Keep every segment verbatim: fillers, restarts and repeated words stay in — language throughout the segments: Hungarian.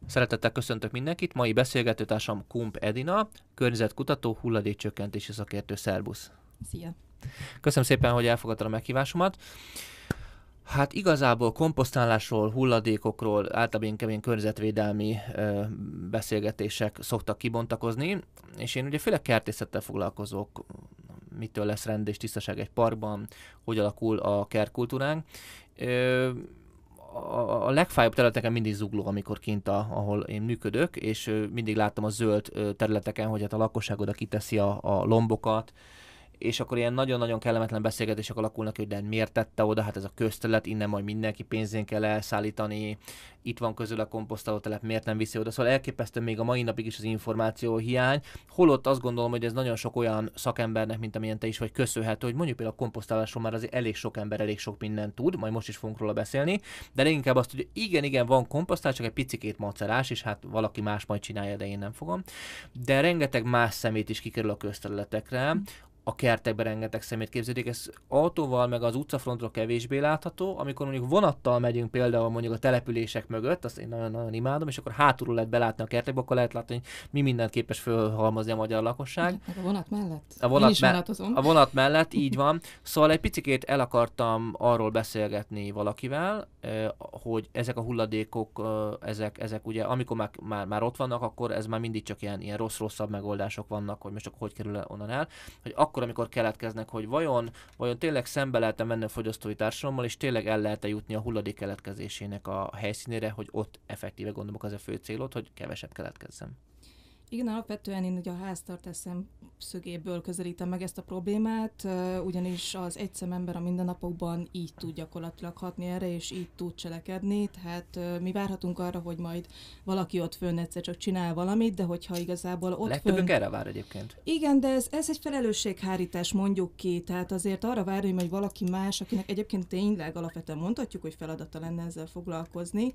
Szeretettel köszöntök mindenkit, mai beszélgetőtársam Kump Edina, környezetkutató, hulladékcsökkentési szakértő. Szerbusz! Szia! Köszönöm szépen, hogy elfogadtad a meghívásomat. Hát igazából komposztálásról, hulladékokról, általában ilyen kemény környezetvédelmi ö, beszélgetések szoktak kibontakozni, és én ugye főleg kertészettel foglalkozok, mitől lesz rend és tisztaság egy parkban, hogy alakul a kertkultúránk. Ö, a legfájabb területeken mindig zugló, amikor kint, a, ahol én működök, és mindig láttam a zöld területeken, hogy hát a lakosság oda kiteszi a, a lombokat, és akkor ilyen nagyon-nagyon kellemetlen beszélgetések alakulnak, hogy de miért tette oda, hát ez a közterület, innen majd mindenki pénzén kell elszállítani, itt van közül a komposztálótelep, miért nem viszi oda. Szóval elképesztő még a mai napig is az információ hiány, holott azt gondolom, hogy ez nagyon sok olyan szakembernek, mint amilyen te is vagy, köszönhető, hogy mondjuk például a komposztálásról már azért elég sok ember elég sok mindent tud, majd most is fogunk róla beszélni, de leginkább azt, hogy igen, igen, van komposztál, csak egy picikét macerás, és hát valaki más majd csinálja, de én nem fogom. De rengeteg más szemét is kikerül a közterületekre. A kertekben rengeteg szemét képződik, ez autóval meg az utcafrontról kevésbé látható, amikor mondjuk vonattal megyünk például mondjuk a települések mögött, azt én nagyon-nagyon imádom, és akkor hátulról lehet belátni a kertekbe, akkor lehet látni, hogy mi mindent képes fölhalmozni a magyar lakosság. Meg a vonat mellett? A vonat, én is me- vonatozom. a vonat mellett, így van. Szóval egy picikét el akartam arról beszélgetni valakivel, hogy ezek a hulladékok, ezek, ezek ugye, amikor már, már, már ott vannak, akkor ez már mindig csak ilyen, ilyen rossz-rosszabb megoldások vannak, hogy most csak hogy kerül onnan el, hogy akkor, amikor keletkeznek, hogy vajon, vajon tényleg szembe lehet-e menni a fogyasztói társadalommal, és tényleg el lehet-e jutni a hulladék keletkezésének a helyszínére, hogy ott effektíve gondolok az a fő célod, hogy kevesebb keletkezzen. Igen, alapvetően én ugye a háztartás szemszögéből közelítem meg ezt a problémát, ugyanis az egyszemember a mindennapokban így tud gyakorlatilag hatni erre, és így tud cselekedni, tehát mi várhatunk arra, hogy majd valaki ott fönn egyszer csak csinál valamit, de hogyha igazából ott Legtöbbünk fönn... erre vár egyébként. Igen, de ez, ez egy felelősséghárítás, mondjuk ki, tehát azért arra várni, hogy valaki más, akinek egyébként tényleg alapvetően mondhatjuk, hogy feladata lenne ezzel foglalkozni,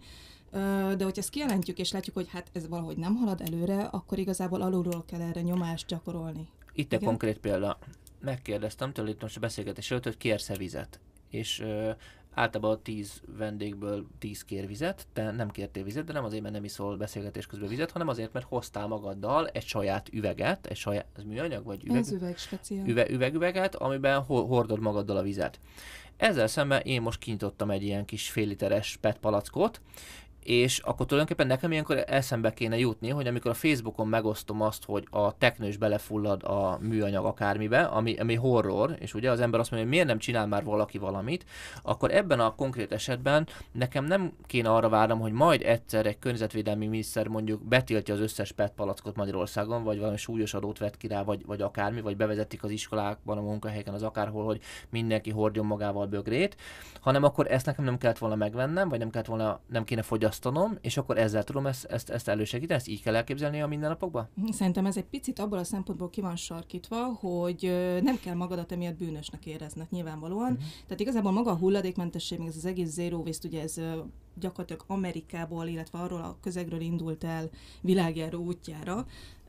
de hogy ezt kijelentjük és látjuk, hogy hát ez valahogy nem halad előre, akkor igazából alulról kell erre nyomást gyakorolni. Itt egy konkrét példa. Megkérdeztem tőle itt most a beszélgetés előtt, hogy kérsz-e vizet. És uh, általában a tíz vendégből tíz kér vizet, te nem kértél vizet, de nem azért, mert nem iszol beszélgetés közben vizet, hanem azért, mert hoztál magaddal egy saját üveget, egy saját, ez műanyag vagy üveg? Ez üveg speciál. Üve, üvegüveget, amiben hordod magaddal a vizet. Ezzel szemben én most kinyitottam egy ilyen kis fél literes pet palackot, és akkor tulajdonképpen nekem ilyenkor eszembe kéne jutni, hogy amikor a Facebookon megosztom azt, hogy a teknős belefullad a műanyag akármibe, ami, ami horror, és ugye az ember azt mondja, hogy miért nem csinál már valaki valamit, akkor ebben a konkrét esetben nekem nem kéne arra várnom, hogy majd egyszer egy környezetvédelmi miniszter mondjuk betiltja az összes pet palackot Magyarországon, vagy valami súlyos adót vet ki rá, vagy, vagy akármi, vagy bevezetik az iskolákban, a munkahelyeken, az akárhol, hogy mindenki hordjon magával bögrét, hanem akkor ezt nekem nem kellett volna megvennem, vagy nem kellett volna, nem kéne fogyasztani, és akkor ezzel tudom ezt, ezt, ezt elősegíteni, ezt így kell elképzelni a mindennapokban? Szerintem ez egy picit abból a szempontból ki van sarkítva, hogy nem kell magadat emiatt bűnösnek érezned nyilvánvalóan. Uh-huh. Tehát igazából maga a hulladékmentesség, még ez az egész zero waste, ugye ez gyakorlatilag Amerikából, illetve arról a közegről indult el világjáró útjára.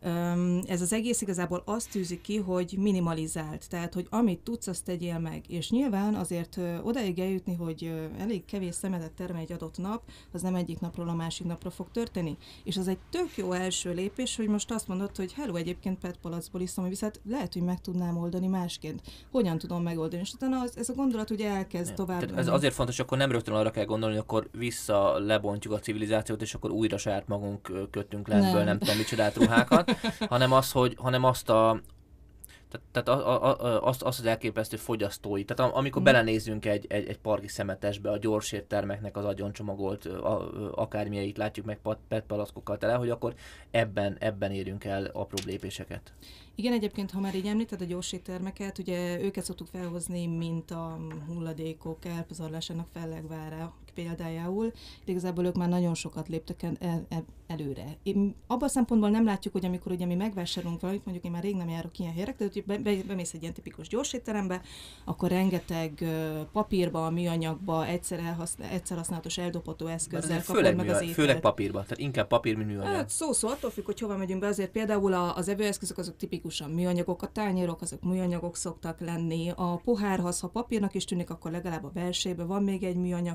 Ez az egész igazából azt tűzi ki, hogy minimalizált, tehát, hogy amit tudsz, azt tegyél meg. És nyilván azért odaig eljutni, hogy elég kevés szemetet termel egy adott nap, az nem egyik napról a másik napra fog történni. És az egy tök jó első lépés, hogy most azt mondod, hogy hello, egyébként pet palackból iszom, viszont lehet, hogy meg tudnám oldani másként. Hogyan tudom megoldani? És utána az, ez a gondolat ugye elkezd ja, tovább. Ez azért fontos, akkor nem rögtön arra kell gondolni, hogy akkor vissza lebontjuk a civilizációt, és akkor újra saját magunk kötünk le ebből, nem. nem tudom micsodát ruhákat, hanem, az, hogy, hanem azt a Tehát, tehát a, a, a, azt, azt az elképesztő fogyasztói, tehát amikor mm. belenézünk egy, egy, egy parki szemetesbe, a gyorséttermeknek az agyoncsomagolt akármilyeit látjuk meg pet palackokkal tele, hogy akkor ebben, ebben érünk el apró lépéseket. Igen, egyébként, ha már így említed a gyorséttermeket, ugye őket szoktuk felhozni, mint a hulladékok elpazarlásának fellegvára példájául. De igazából ők már nagyon sokat léptek el, el, előre. Én abban a szempontból nem látjuk, hogy amikor ugye mi megvásárolunk valamit, mondjuk én már rég nem járok ilyen helyre, de hogy be, be, bemész egy ilyen tipikus gyorsétterembe, akkor rengeteg uh, papírba, műanyagba, egyszer, elhasznál, egyszer használatos eldobható eszközzel kapod meg az ételt. Főleg papírba, tehát inkább papír, mint műanyag. Hát szó-szó, attól függ, hogy hova megyünk be, azért például az evőeszközök azok tipikusan műanyagok, a tányérok azok műanyagok szoktak lenni, a pohárhoz, ha papírnak is tűnik, akkor legalább a belsejében van még egy műanyag plusz rész,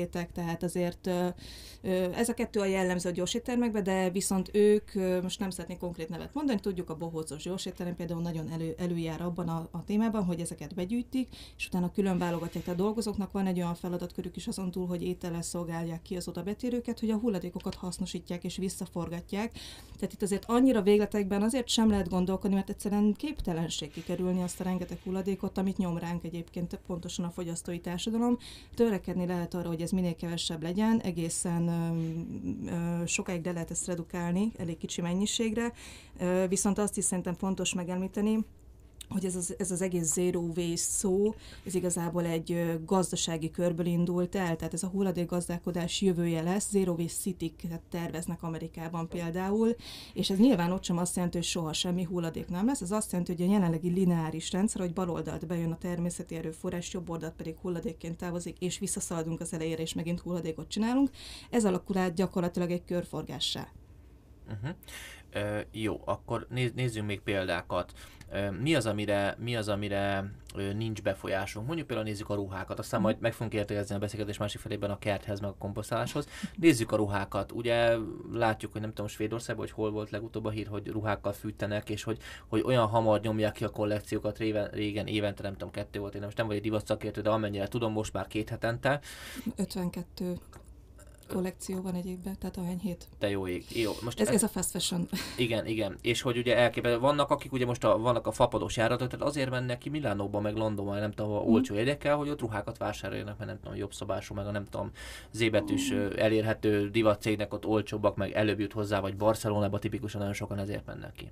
réteg, tehát azért ez a kettő a jellemző a gyorséttermekben, de viszont ők, most nem szeretnék konkrét nevet mondani, tudjuk a bohócos gyorsétterem például nagyon elő, előjár abban a, a témában, hogy ezeket begyűjtik, és utána külön válogatják. Tehát a dolgozóknak van egy olyan feladatkörük is azon túl, hogy étellel szolgálják ki az oda betérőket, hogy a hulladékokat hasznosítják és visszaforgatják. Tehát itt azért annyira végletekben azért sem lehet gondolkodni, mert egyszerűen képtelenség kikerülni azt a rengeteg hulladékot, amit nyom ránk egyébként pontosan a fogyasztói társadalom. Törekedni lehet arra, hogy ez minél kevesebb legyen, egészen ö, ö, sokáig le lehet ezt redukálni, elég kicsi mennyiségre, ö, viszont azt is szerintem fontos megemlíteni, hogy ez az, ez az egész zero waste szó, ez igazából egy ö, gazdasági körből indult el, tehát ez a hulladékgazdálkodás jövője lesz, zero waste city-ket terveznek Amerikában például, és ez nyilván ott sem azt jelenti, hogy soha semmi hulladék nem lesz, ez azt jelenti, hogy a jelenlegi lineáris rendszer, hogy bal oldalt bejön a természeti erőforrás, jobb oldalt pedig hulladékként távozik, és visszaszaladunk az elejére, és megint hulladékot csinálunk, ez alakul át gyakorlatilag egy körforgássá. Uh-huh. Uh, jó, akkor néz, nézzünk még példákat. Uh, mi az, amire, mi az, amire uh, nincs befolyásunk? Mondjuk például nézzük a ruhákat, aztán majd meg fogunk értekezni a beszélgetés másik felében a kerthez, meg a komposztáláshoz. Nézzük a ruhákat. Ugye látjuk, hogy nem tudom, Svédországban, hogy hol volt legutóbb a hír, hogy ruhákkal fűtenek, és hogy, hogy olyan hamar nyomják ki a kollekciókat, régen, régen évente, nem tudom, kettő volt, én most nem vagyok divat szakértő, de amennyire tudom, most már két hetente. ötvenkettő kollekció van egy évben, tehát ahány hét. Te jó ég. Jó, most ez, ez a fast fashion. Igen, igen. És hogy ugye elképzelhető, vannak akik ugye most a, vannak a fapados járatok, tehát azért mennek ki Milánóba, meg Londonban, nem tudom, mm. olcsó jegyekkel, hogy ott ruhákat vásároljanak, mert nem tudom, jobb szobású, meg a nem tudom, zébetűs mm. elérhető divatcégnek ott olcsóbbak, meg előbb jut hozzá, vagy Barcelonában tipikusan nagyon sokan ezért mennek ki.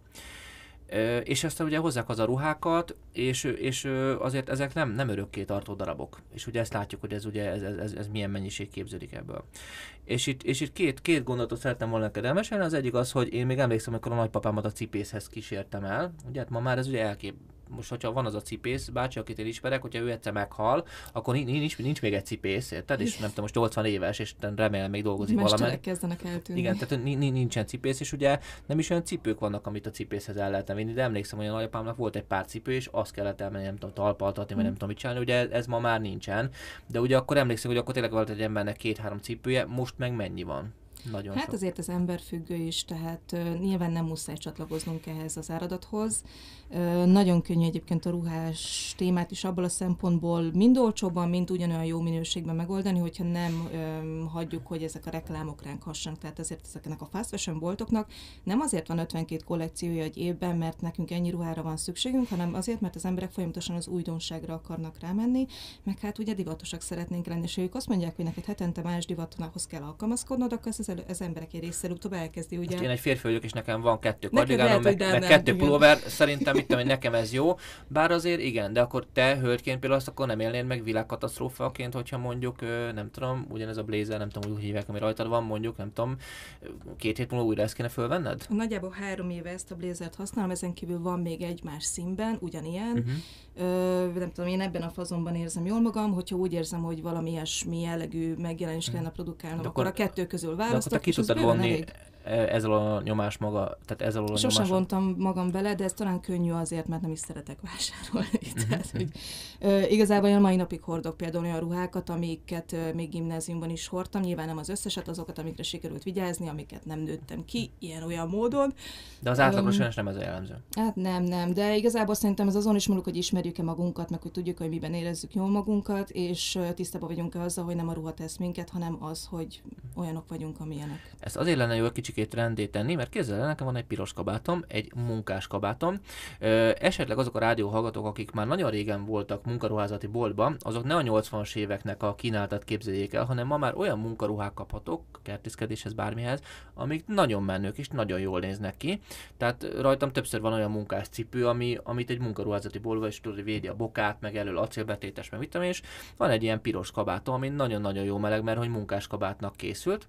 És aztán ugye hozzák az a ruhákat, és, és azért ezek nem, nem örökké tartó darabok. És ugye ezt látjuk, hogy ez ugye ez, ez, ez milyen mennyiség képződik ebből. És itt, és itt két, két gondolatot szerettem volna neked elmesélni. Az egyik az, hogy én még emlékszem, amikor a nagypapámat a cipészhez kísértem el. Ugye hát ma már ez ugye elkép. Most, hogyha van az a cipész bácsi, akit én ismerek, hogyha ő egyszer meghal, akkor nincs, nincs, nincs még egy cipész, érted? És nem tudom, most nyolcvan éves, és remélem még dolgozik valamelyik. Mesterek kezdenek eltűnni. Igen, tehát nincsen cipész, és ugye nem is olyan cipők vannak, amit a cipészhez el lehetne vinni, de emlékszem, hogy a nagyapámnak volt egy pár cipő, és azt kellett elmenni, nem tudom, talpaltatni, vagy nem tudom mit csinálni, ugye ez ma már nincsen. De ugye akkor emlékszem, hogy akkor tényleg volt egy embernek két-három cipője, most meg mennyi van? Nagyon hát sok. azért az emberfüggő is, tehát uh, nyilván nem muszáj csatlakoznunk ehhez az áradathoz. Uh, nagyon könnyű egyébként a ruhás témát is abból a szempontból mind olcsóban, mind ugyanolyan jó minőségben megoldani, hogyha nem um, hagyjuk, hogy ezek a reklámok ránk hassanak. Tehát ezért ezeknek a fast fashion boltoknak nem azért van ötvenkét kollekciója egy évben, mert nekünk ennyi ruhára van szükségünk, hanem azért, mert az emberek folyamatosan az újdonságra akarnak rámenni, meg hát ugye divatosak szeretnénk lenni, és ők azt mondják, hogy neked hetente más divathoz kell alkalmazkodnod, akkor ez az emberek egy része előbb elkezdi, ugye? Most én egy férfi vagyok, és nekem van kettő kardigánom, meg, meg nem, kettő igen. pulóver, szerintem mit tudom, hogy nekem ez jó, bár azért igen, de akkor te hölgyként például azt akkor nem élnéd meg világkatasztrófaként, hogyha mondjuk, nem tudom, ugyanez a blazer, nem tudom, úgy hívják, ami rajtad van, mondjuk, nem tudom, két hét múlva újra ezt kéne fölvenned? Nagyjából három éve ezt a blazert használom, ezen kívül van még egy más színben, ugyanilyen. Uh-huh. Ö, nem tudom, én ebben a fazonban érzem jól magam, hogyha úgy érzem, hogy valami ilyesmi jellegű megjelenés kellene produkálnom, akkor, akkor a kettő közül választok, ki tudtad vonni ezzel a nyomás maga, tehát ezzel a nyomás. Sosem vontam magam bele, de ez talán könnyű azért, mert nem is szeretek vásárolni. Uh-huh. Tehát, hogy, ö, igazából én a mai napig hordok például olyan ruhákat, amiket ö, még gimnáziumban is hordtam, nyilván nem az összeset, azokat, amikre sikerült vigyázni, amiket nem nőttem ki, ilyen-olyan módon. De az átlagos um, nem ez a jellemző. Hát nem, nem, de igazából szerintem ez azon is múlik, hogy ismerjük-e magunkat, meg hogy tudjuk, hogy miben érezzük jól magunkat, és tisztában vagyunk-e azzal, hogy nem a ruha tesz minket, hanem az, hogy olyanok vagyunk, amilyenek. Ez azért lenne jó egy kicsikét rendé tenni, mert képzeld el, nekem van egy piros kabátom, egy munkás kabátom. Ö, esetleg azok a rádióhallgatók, akik már nagyon régen voltak munkaruházati boltban, azok ne a nyolcvanas éveknek a kínáltat képzeljék el, hanem ma már olyan munkaruhák kaphatok, kertészkedéshez, bármihez, amik nagyon menők és nagyon jól néznek ki. Tehát rajtam többször van olyan munkás cipő, ami, amit egy munkaruházati boltban is tudod, védi a bokát, meg elől acélbetétes, meg mit tudom, és van egy ilyen piros kabátom, ami nagyon-nagyon jó meleg, mert hogy munkás kabátnak készült,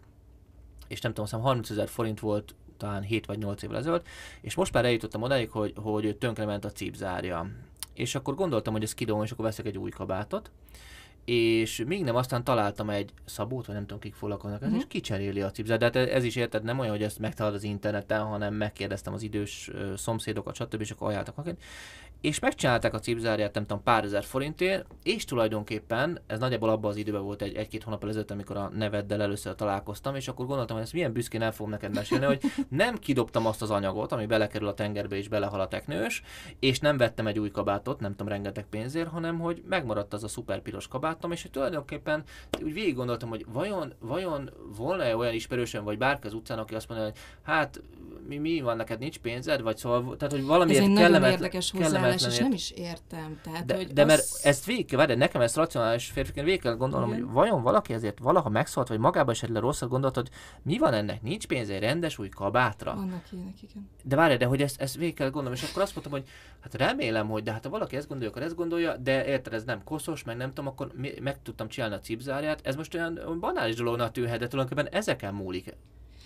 és nem tudom, szóval harmincezer forint volt talán hét vagy nyolc évvel ezelőtt, és most már eljutottam odáig, hogy, hogy tönkrement a cipzárja. És akkor gondoltam, hogy ezt kidobom, és akkor veszek egy új kabátot, és még nem aztán találtam egy Szabót, vagy nem tudom, kik foglalkoznak, ez, mm. és kicseréli a cipzárt. De hát ez is érted, nem olyan, hogy ezt megtalálod az interneten, hanem megkérdeztem az idős uh, szomszédokat, stb. És akkor ajánltak neked. És megcsinálták a cipzárját, nem tudom, pár ezer forintért, és tulajdonképpen, ez nagyjából abban az időben volt egy, egy-két hónap ezelőtt, amikor a neveddel először találkoztam, és akkor gondoltam, hogy ezt milyen büszkén el fogom neked mesélni, hogy nem kidobtam azt az anyagot, ami belekerül a tengerbe és belehal a teknős, és nem vettem egy új kabátot, nem tudom, rengeteg pénzért, hanem hogy megmaradt az a szuper piros kabátom, és hogy tulajdonképpen úgy végig gondoltam, hogy vajon, vajon volna-e olyan ismerősöm, vagy bárki az utcán, aki azt mondja, hogy hát mi, mi van neked, nincs pénzed, vagy szóval, tehát hogy valamiért ez kellemetlen, érdekes hozzáállás, és nem is értem. Tehát, de hogy de az... mert ezt végig kell, várj, nekem ezt racionális férfiként végig kell gondolnom, igen. hogy vajon valaki ezért valaha megszólt, vagy magában esetleg rosszat gondolt, hogy mi van ennek, nincs pénz egy rendes új kabátra. Vannak ilyenek, igen. De várj, de hogy ezt, ezt végig kell gondolnom, és akkor azt mondtam, hogy hát remélem, hogy de hát ha valaki ezt gondolja, akkor ezt gondolja, de érted, ez nem koszos, meg nem tudom, akkor mi, meg tudtam csinálni a cipzárját. Ez most olyan banális dolognak tűnhet, de tulajdonképpen ezeken múlik.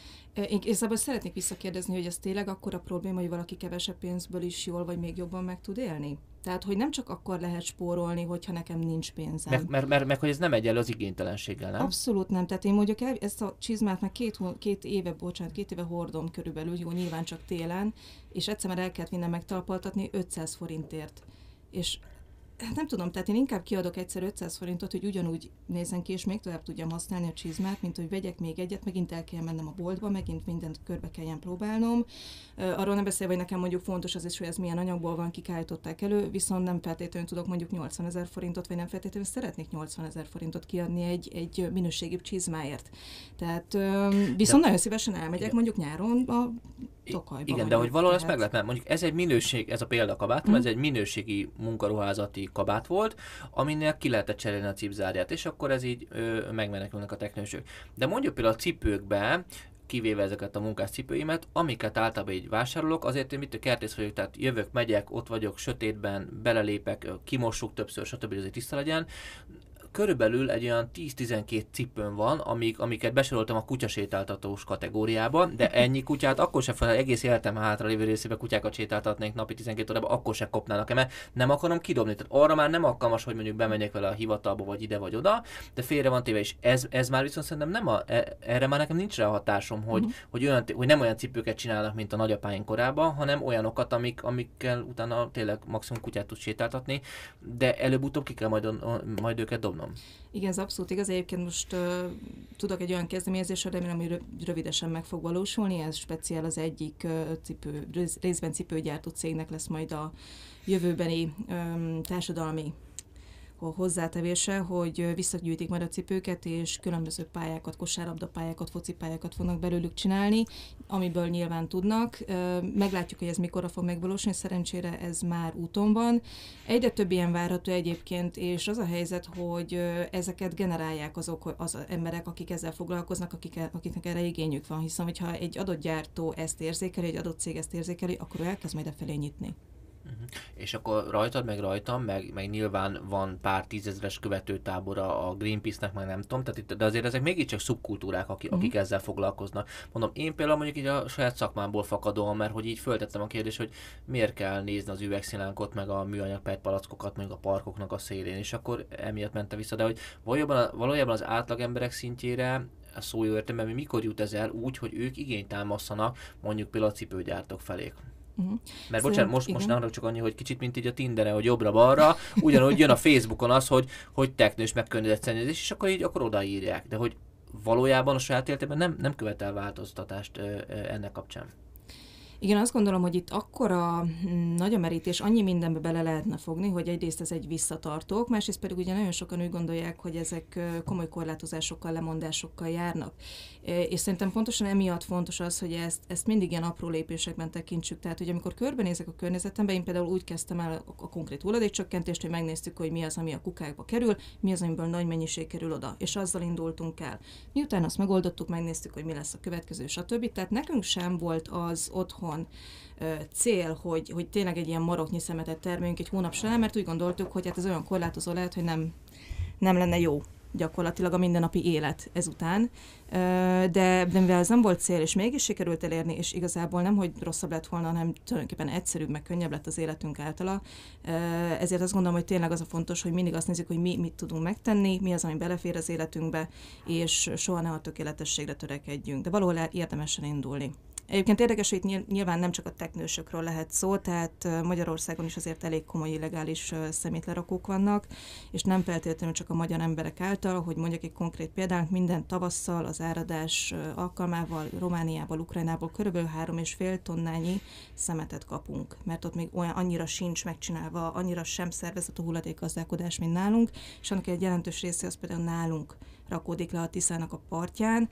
Én igazából szeretnék visszakérdezni, hogy ez tényleg akkora probléma, hogy valaki kevesebb pénzből is jól vagy még jobban meg tud élni? Tehát, hogy nem csak akkor lehet spórolni, hogyha nekem nincs pénzem. Meg, mert, mert, meg hogy ez nem egyenlő az igénytelenséggel, nem? Abszolút nem. Tehát én mondjuk el, ezt a csizmát meg két, két éve, bocsánat, két éve hordom körülbelül, jó, nyilván csak télen, és egyszer már el kellett vinnem megtalpaltatni ötszáz forintért. És hát nem tudom, tehát én inkább kiadok egyszer ötszáz forintot, hogy ugyanúgy nézzen ki, és még tovább tudjam használni a csizmát, mint hogy vegyek még egyet, megint el kell mennem a boltba, megint mindent körbe kelljen próbálnom. Arról nem beszélve, hogy nekem mondjuk fontos az is, hogy ez milyen anyagból van, kik állították elő, viszont nem feltétlenül tudok mondjuk nyolcvanezer forintot, vagy nem feltétlenül szeretnék nyolcvanezer forintot kiadni egy, egy minőségi csizmáért. Tehát viszont de, nagyon szívesen elmegyek igen. mondjuk nyáron a Tokajba. Igen, de hogy valahol ezt meg lehet, mert mondjuk ez egy minőség, ez a példakabátom, mm. ez egy minőségi munkaruházati kabát volt, aminél ki lehetett cserélni a cipzárját, és akkor ez így ö, megmenekülnek a technősök. De mondjuk például a cipőkbe, kivéve ezeket a munkás cipőimet, amiket általában így vásárolok, azért én mit a kertész vagyok, tehát jövök, megyek, ott vagyok, sötétben, belelépek, kimossuk többször, stb. Azért tiszta legyen. Körülbelül egy olyan tíz-tizenkét cipőm van, amik, amiket besoroltam a kutyasétáltatós kategóriába, de ennyi kutyát akkor se fel, egész életem hátra lévő részében kutyákat sétáltatnék napi tizenkét órában, akkor se kopnának-e, mert nem akarom kidobni. Tehát arra már nem alkalmas, hogy mondjuk bemegyek vele a hivatalba, vagy ide, vagy oda, de félre van téve, és ez, ez már viszont szerintem nem a, erre már nekem nincs rá hatásom, hogy, uh-huh. hogy, olyan, hogy nem olyan cipőket csinálnak, mint a nagyapáink korában, hanem olyanokat, amik, amikkel utána tényleg maximum kutyát tud sétáltatni, de előbb-utóbb ki kell majd, majd őket dobnom. Igen, ez abszolút igaz. Egyébként most uh, tudok egy olyan kezdeményezésről, remélem, hogy rövidesen meg fog valósulni. Ez speciál az egyik uh, cipő, részben cipőgyártó cégnek lesz majd a jövőbeni um, társadalmi hozzátevése, hogy visszagyűjtik majd a cipőket, és különböző pályákat, kosárlabda pályákat, focipályákat fognak belőlük csinálni, amiből nyilván tudnak. Meglátjuk, hogy ez mikorra fog megvalósulni, szerencsére ez már úton van. Egyre több ilyen várható egyébként, és az a helyzet, hogy ezeket generálják azok az emberek, akik ezzel foglalkoznak, akik, akiknek erre igényük van, hiszen hogyha egy adott gyártó ezt érzékeli, egy adott cég ezt érzékeli, akkor ő elkezd majd efelé nyitni. Uh-huh. És akkor rajtad, meg rajtam, meg, meg nyilván van pár tízezres követőtábora a Greenpeace-nek, meg nem tudom, tehát itt, de azért ezek mégiscsak szubkultúrák, akik, uh-huh. akik ezzel foglalkoznak. Mondom, én például mondjuk így a saját szakmámból fakadóan, mert hogy így föltettem a kérdést, hogy miért kell nézni az üvegszilánkot, meg a műanyag pet palackokat, meg a parkoknak a szélén, és akkor emiatt mente vissza, de hogy valójában, valójában az átlag emberek szintjére a szó jó értelemben, mikor jut ez el úgy, hogy ők igényt támasztanak mondjuk például a cipőgyártók felé. Uh-huh. Mert bocsánat, most, most nem csak annyi, hogy kicsit, mint így a Tinderen, hogy jobbra-balra, ugyanúgy jön a Facebookon az, hogy, hogy teknős meg környezetszennyezés, és akkor így akkor odaírják. De hogy valójában a saját életében nem, nem követel változtatást ö, ö, ennek kapcsán. Igen, azt gondolom, hogy itt akkora nagy a merítés, annyi mindenbe bele lehetne fogni, hogy egyrészt ez egy visszatartók, másrészt pedig ugye nagyon sokan úgy gondolják, hogy ezek komoly korlátozásokkal, lemondásokkal járnak. És szerintem pontosan emiatt fontos az, hogy ezt, ezt mindig ilyen apró lépésekben tekintsük. Tehát, hogy amikor körbenézek a környezetemben, én például úgy kezdtem el a konkrét hulladékcsökkentést, hogy megnéztük, hogy mi az, ami a kukákba kerül, mi az, amiből nagy mennyiség kerül oda, és azzal indultunk el. Miután azt megoldottuk, megnéztük, hogy mi lesz a következő, stb. Tehát nekünk sem volt az otthon cél, hogy, hogy tényleg egy ilyen maroknyi szemetet termeljünk egy hónap során, mert úgy gondoltuk, hogy hát ez olyan korlátozó lehet, hogy nem, nem lenne jó. gyakorlatilag a mindennapi élet ezután. De, de mivel ez nem volt cél, és mégis sikerült elérni, és igazából nem, hogy rosszabb lett volna, hanem tulajdonképpen egyszerűbb, meg könnyebb lett az életünk általa. Ezért azt gondolom, hogy tényleg az a fontos, hogy mindig azt nézzük, hogy mi mit tudunk megtenni, mi az, ami belefér az életünkbe, és soha ne a tökéletességre törekedjünk. De valahol érdemes elindulni. Egyébként érdekes, hogy itt nyilván nem csak a teknősökről lehet szó, tehát Magyarországon is azért elég komoly illegális szemétlerakók vannak, és nem feltétlenül csak a magyar emberek által, hogy mondjak egy konkrét példát, minden tavasszal az áradás alkalmával Romániából, Ukrajnából körülbelül három és fél tonnányi szemetet kapunk, mert ott még olyan annyira sincs megcsinálva, annyira sem szervezett a hulladékgazdálkodás, mint nálunk, és annak egy jelentős része az például nálunk rakódik le a Tiszának a partján,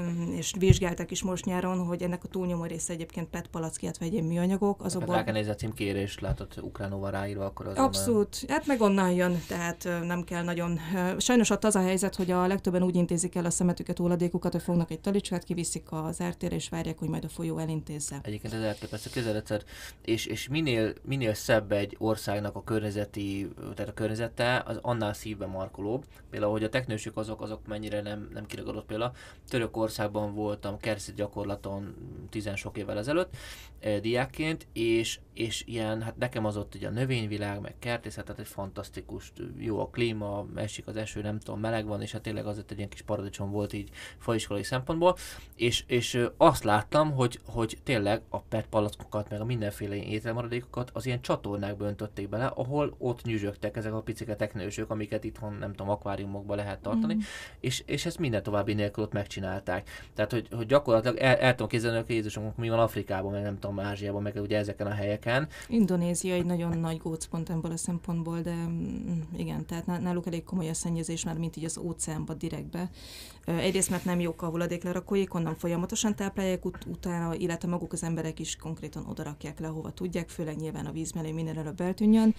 és vizsgálták is most nyáron, hogy ennek a túlnyomó része egyébként pé é té palack, illetve egyéb műanyagok. Azokból... Hát rá kell nézni a címkérést, látod, ukránóval ráírva, akkor az... Abszolút, hát meg onnan jön, tehát nem kell nagyon... Sajnos ott az a helyzet, hogy a legtöbben úgy intézik el a szemetüket, hulladékukat, hogy fognak egy talicskát, kiviszik az ártérre, és várják, hogy majd a folyó elintézze. Egyébként ez elképesztő közeletszert, és, és minél, minél szebb egy országnak a környezeti, tehát a környezete, az annál szívbe markolóbb. Például, hogy a teknősök azok, azok mennyire nem, nem kiragadott példa. Törökországban voltam keresztül gyakorlaton tizen sok évvel ezelőtt eh, diákként, és, és ilyen, hát nekem az ott ugye a növényvilág, meg kertészet, tehát egy fantasztikus, jó a klíma, esik az eső, nem tudom, meleg van, és hát tényleg azért egy ilyen kis paradicsom volt így faiskolai szempontból, és, és azt láttam, hogy, hogy tényleg a pé é té palackokat, meg a mindenféle ételmaradékokat az ilyen csatornákba öntötték bele, ahol ott nyüzsögtek ezek a picike teknősök, amiket itthon, nem tudom, akváriumokban lehet tartani, mm. és, és ezt minden további nélkül ott megcsinálták. Tehát, hogy, hogy gyakorlatilag el, el tudom képzelni, hogy Jézusom, mi van Afrikában, meg nem tudom, Ázsiában, meg ugye ezeken a helyeken. Indonézia egy nagyon nagy gócpont ebből a szempontból, de igen, tehát náluk elég komoly a szennyezés már, mint így az óceánba direktbe. Egyrészt, mert nem jók a hulladéklerakóik, onnan folyamatosan táplálják ut- utána, illetve maguk az emberek is konkrétan odarakják le, hova tudják, főleg nyilván a víz mellé minél előbb eltűnjön,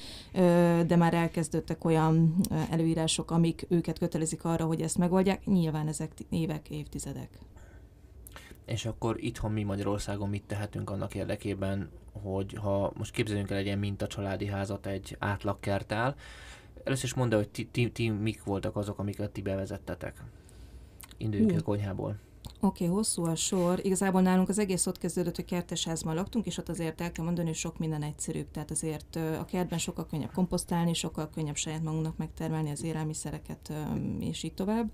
de már elkezdődtek olyan előírások, amik őket kötelezik arra, hogy ezt megoldják. Nyilván ezek évek, évtizedek. És akkor itthon mi Magyarországon mit tehetünk annak érdekében, hogy ha most képzeljünk el egy ilyen mintacsaládi házat egy átlagkerttel, először is mondd el, hogy ti, ti, ti mik voltak azok, amiket ti bevezettetek. Induljunk a konyhából. Oké, okay, hosszú a sor. Igazából nálunk az egész ott kezdődött, hogy kertesházban laktunk, és ott azért el kell mondani, hogy sok minden egyszerűbb. Tehát azért a kertben sokkal könnyebb komposztálni, sokkal könnyebb saját magunknak megtermelni az élelmiszereket, és így tovább.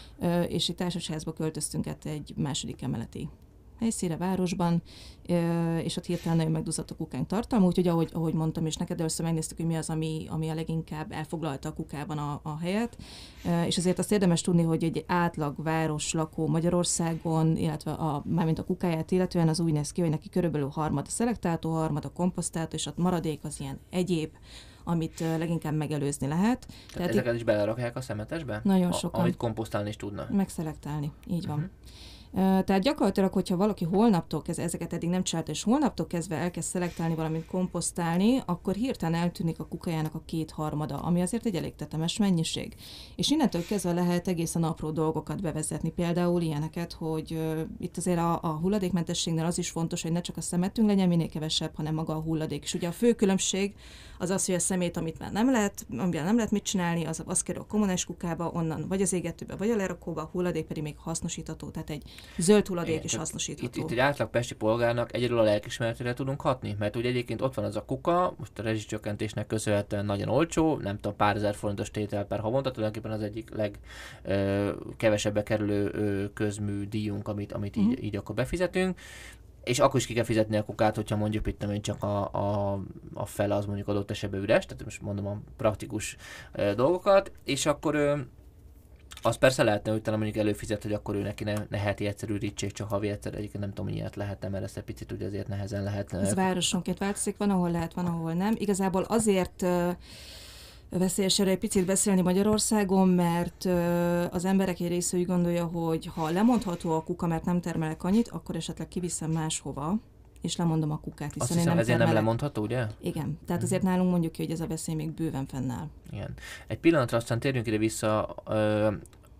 És itt társasházba költöztünk át egy második emeleti helyszínre, városban, és ott hirtelen nagyon megduzzadt a kukánk tartalma, úgyhogy ahogy, ahogy mondtam, és neked először megnéztük, hogy mi az, ami, ami a leginkább elfoglalta a kukában a, a helyet, és azért azt érdemes tudni, hogy egy átlag város lakó Magyarországon, illetve a, mármint a kukáját illetően az úgy néz ki, hogy neki körülbelül harmad a szelektáltó, harmad a komposztáltó, és a maradék az ilyen egyéb, amit leginkább megelőzni lehet. Tehát, Tehát ezeket is belerakják a szemetesbe? Nagyon sokan. A, amit komposztálni is tudna? Megszelektálni, így van. Uh-huh. Tehát gyakorlatilag, hogyha valaki holnaptól kezdve, ezeket eddig nem csinálta, és holnaptól kezdve elkezd szelektálni, valamint komposztálni, akkor hirtelen eltűnik a kukájának a kétharmada, ami azért egy elég tetemes mennyiség. És innentől kezdve lehet egészen apró dolgokat bevezetni, például ilyeneket, hogy uh, itt azért a, a hulladékmentességnél az is fontos, hogy ne csak a szemetünk legyen minél kevesebb, hanem maga a hulladék. És ugye a fő különbség az az, hogy a szemét, amit már nem lehet, amivel nem lehet mit csinálni, az, az kerül a kommunális kukába, onnan vagy az égetőbe, vagy a lerakóba, a hulladék pedig még hasznosítható, tehát egy zöld hulladék igen, is hasznosítható. Itt, itt egy átlag pesti polgárnak egyedül a lelkismeretére tudunk hatni, mert ugye egyébként ott van az a kuka, most a rezsicsökkentésnek köszönhetően nagyon olcsó, nem tudom, pár ezer forintos tétel per havonta, tulajdonképpen az egyik legkevesebbe kerülő ö, közmű díjunk, amit, amit mm. így, így akkor befizetünk. És akkor is ki kell fizetni a kukát, hogyha mondjuk itt nem csak a, a, a fele az mondjuk adott esetben üres, tehát most mondom a praktikus e, dolgokat, és akkor ö, azt persze lehetne, hogy talán mondjuk előfizet, hogy akkor ő neki ne, ne heti egyszerű ricség, csak havi egyszer, egyébként nem tudom, ilyet lehetne, mert ezt egy picit ugye azért nehezen lehet. Ez városonként változik, van, ahol lehet, van, ahol nem. Igazából azért uh, veszélyes erre egy picit beszélni Magyarországon, mert uh, az emberek egy része úgy gondolja, hogy ha lemondható a kuka, mert nem termelek annyit, akkor esetleg kiviszem máshova, és lemondom a kukát, hiszen azt hiszem, én nem ezért termelek. nem lemondható, ugye? Igen, tehát azért nálunk mondjuk ki, hogy ez a veszély még bőven fennáll. Igen. Egy pillanatra aztán térjünk ide vissza, ö,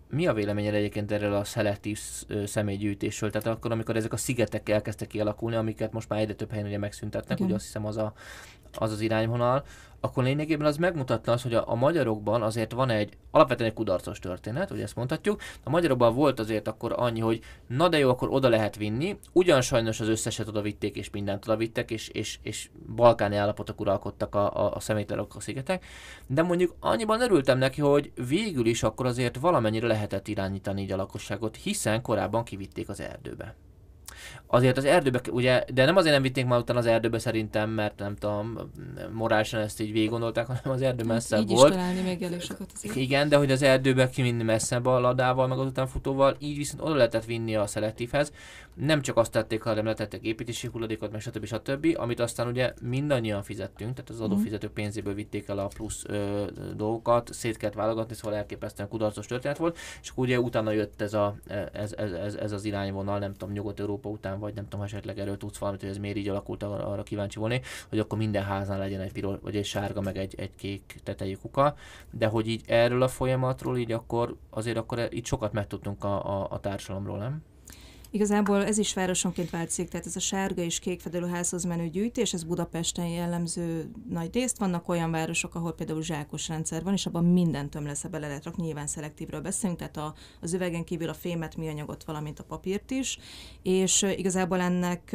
mi a véleményed egyébként erről a szelektív személygyűjtésről? Tehát akkor, amikor ezek a szigetek elkezdtek kialakulni, amiket most már egyre több helyen ugye megszüntetnek, ugye azt hiszem az a, az, az irányvonal, akkor lényegében az megmutatta azt, hogy a, a magyarokban azért van egy, alapvetően egy kudarcos történet, hogy ezt mondhatjuk. A magyarokban volt azért akkor annyi, hogy na de jó, akkor oda lehet vinni, ugyan sajnos az összeset oda vitték, és mindent oda vittek, és, és, és balkáni állapotok uralkodtak a, a, a személytelenek a szigetek, de mondjuk annyiban örültem neki, hogy végül is akkor azért valamennyire lehetett irányítani így a lakosságot, hiszen korábban kivitték az erdőbe. Azért az erdőbe, ugye, de nem azért nem vitték már utána az erdőbe szerintem, mert nem tudom, morálisan ezt így végig gondolták, hanem az erdő messzebb így volt. Így is találni még elég sokat azért. Igen, de hogy az erdőbe kivinni messzebb a ladával, meg az utánfutóval, így viszont oda lehetett vinni a szelektívhez. Nem csak azt tették, hanem letettek építési hulladékot, meg stb. stb., amit aztán ugye mindannyian fizettünk, tehát az adófizetők pénzéből vitték el a plusz ö, dolgokat, szét kellett válogatni, szóval elképesztően kudarcos történet volt, és akkor ugye utána jött ez, a, ez, ez, ez, ez az irányvonal, nem tudom, Nyugat-Európa után, vagy nem tudom, esetleg erről tudsz valamit, hogy ez miért így alakult, arra, arra kíváncsi volni, hogy akkor minden háznál legyen egy piros, vagy egy sárga, meg egy, egy kék tetejű kuka, de hogy így erről a folyamatról így akkor azért akkor így sokat megtudtunk a, a, a társadalomról, nem? Igazából ez is városonként változik, tehát ez a sárga és kék fedőházhoz menő gyűjtés, ez Budapesten jellemző nagy részt. Vannak olyan városok, ahol például zsákos rendszer van, és abban mindent ömleszbe bele lehet rakni, nyilván szelektívről beszélünk, tehát a, az üvegen kívül a fémet, műanyagot, valamint a papírt is, és igazából ennek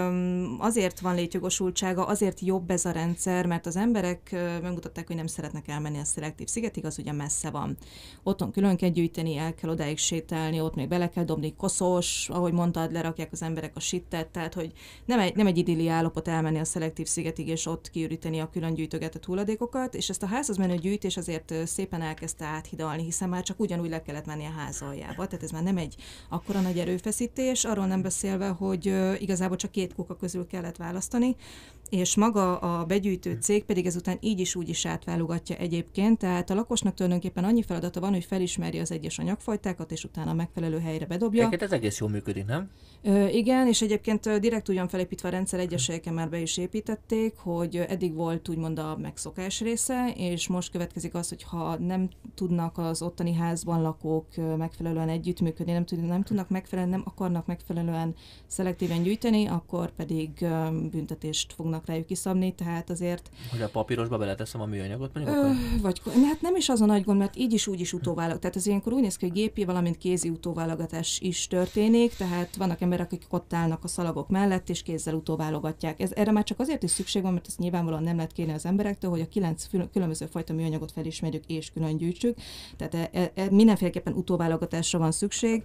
azért van létjogosultsága, azért jobb ez a rendszer, mert az emberek megmutatták, hogy nem szeretnek elmenni a szelektív szigetig, az ugye messze van. Otthon külön kell gyűjteni, el kell odáig sétálni, ott még bele kell dobni koszos, ahogy mondtad, lerakják az emberek a sittet, tehát hogy nem egy, nem egy idilli állapot elmenni a szelektív szigetig, és ott kiüríteni a külön gyűjtögetett hulladékokat, és ezt a házhoz menő gyűjtés azért szépen elkezdte áthidalni, hiszen már csak ugyanúgy le kellett menni a ház aljába, tehát ez már nem egy akkora nagy erőfeszítés, arról nem beszélve, hogy igazából csak két kuka közül kellett választani, és maga a begyűjtő cég pedig ezután így is úgy is átválogatja egyébként, tehát a lakosnak tulajdonképpen annyi feladata van, hogy felismeri az egyes anyagfajtákat, és utána a megfelelő helyre bedobja. Egyébként ez egész jól működik, nem? Ö, igen, és egyébként direkt ugyan felépítve a rendszer, egyes helyeken már be is építették, hogy eddig volt úgymond a megszokás része, és most következik az, hogy ha nem tudnak az ottani házban lakók megfelelően együttműködni, nem, tud, nem tudnak megfelelően, nem akarnak megfelelően szelektíven gyűjteni, akkor pedig büntetést fognak rájuk kiszabni, tehát azért... Hogy a papírosba beleteszem a műanyagot, mondjuk? Ö, vagy, hát nem is az a nagy gond, mert így is úgy is utóválogatás. Tehát az ilyenkor úgy néz ki, hogy gépi, valamint kézi utóválogatás is történik, tehát vannak emberek, akik ott állnak a szalagok mellett, és kézzel utóválogatják. Ez, erre már csak azért is szükség van, mert ezt nyilvánvalóan nem lehet kérni az emberektől, hogy a kilenc különböző fajta műanyagot felismerjük és külön gyűjtsük. Tehát e, e, e, mindenféleképpen utóválogatásra van szükség.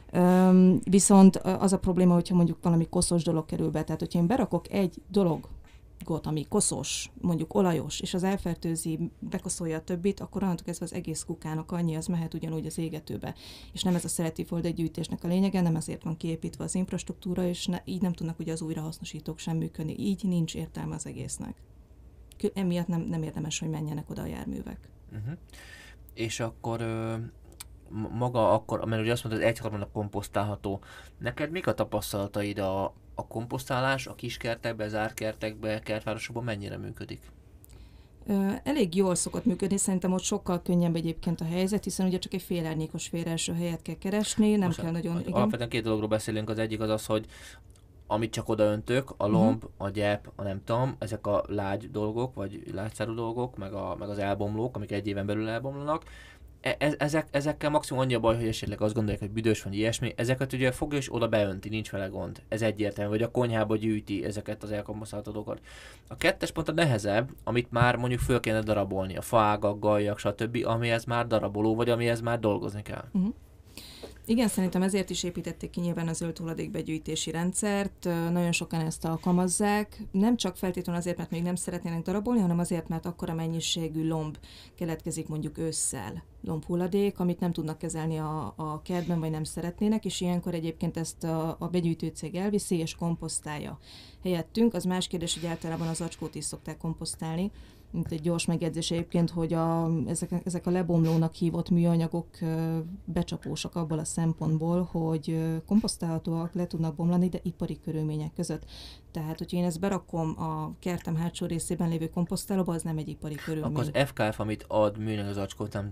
Üm, viszont az a probléma, hogyha mondjuk valami koszos dolog kerül be. Tehát, hogyha én berakok egy dolog, ami koszos, mondjuk olajos, és az elfertőzi, bekoszolja a többit, akkor onnantól kezdve az egész kukának annyi, az mehet ugyanúgy az égetőbe. És nem ez a szelektív hulladékgyűjtésnek a lényege, nem ezért van kiépítve az infrastruktúra, és ne, így nem tudnak ugye az újrahasznosítók sem működni. Így nincs értelme az egésznek. Emiatt nem, nem érdemes, hogy menjenek oda a járművek. Uh-huh. És akkor... Ö... maga akkor, mert ugye azt mondod, hogy egyharmada komposztálható. Neked mik a tapasztalataid a, a komposztálás a kiskertekben, zárkertekben, kertvárosokban mennyire működik? Ö, elég jól szokott működni, szerintem ott sokkal könnyebb egyébként a helyzet, hiszen ugye csak egy félárnyékos félelső helyet kell keresni, nem Most kell nagyon... Igen. Alapvetően két dologról beszélünk, az egyik az az, hogy amit csak odaöntök, a lomb, uh-huh. a gyep, a nem tudom, ezek a lágy dolgok, vagy lágyszárú dolgok, meg, a, meg az elbomlók, amik egy éven belül elbomlanak. E- ezek, ezekkel maximum annyi a baj, hogy esetleg azt gondolják, hogy büdös van, ilyesmi. Ezeket ugye fogja és oda beönti, nincs vele gond. Ez egyértelmű, vagy a konyhába gyűjti ezeket az elkomposztált dolgokat. A kettes pont a nehezebb, amit már mondjuk föl kéne darabolni, a faágak, gajak, stb., amihez már daraboló, vagy amihez már dolgozni kell. Uh-huh. Igen, szerintem ezért is építették ki nyilván a zöld hulladékbegyűjtési rendszert. Nagyon sokan ezt alkalmazzák. Nem csak feltétlenül azért, mert még nem szeretnének darabolni, hanem azért, mert akkora mennyiségű lomb keletkezik mondjuk ősszel, lombhulladék, amit nem tudnak kezelni a, a kertben, vagy nem szeretnének, és ilyenkor egyébként ezt a, a begyűjtő cég elviszi, és komposztálja helyettünk. Az más kérdés, hogy általában az acskót is szokták komposztálni, mint egy gyors megjegyzés egyébként, hogy a, ezek, ezek a lebomlónak hívott műanyagok becsapósak abból a szempontból, hogy komposztálhatóak, le tudnak bomlani, de ipari körülmények között. Tehát, hogyha én ezt berakom a kertem hátsó részében lévő komposztálóba, az nem egy ipari körülmény. Akkor az ef ká ef, amit ad műanyag az acskót, nem tudom, kétszáz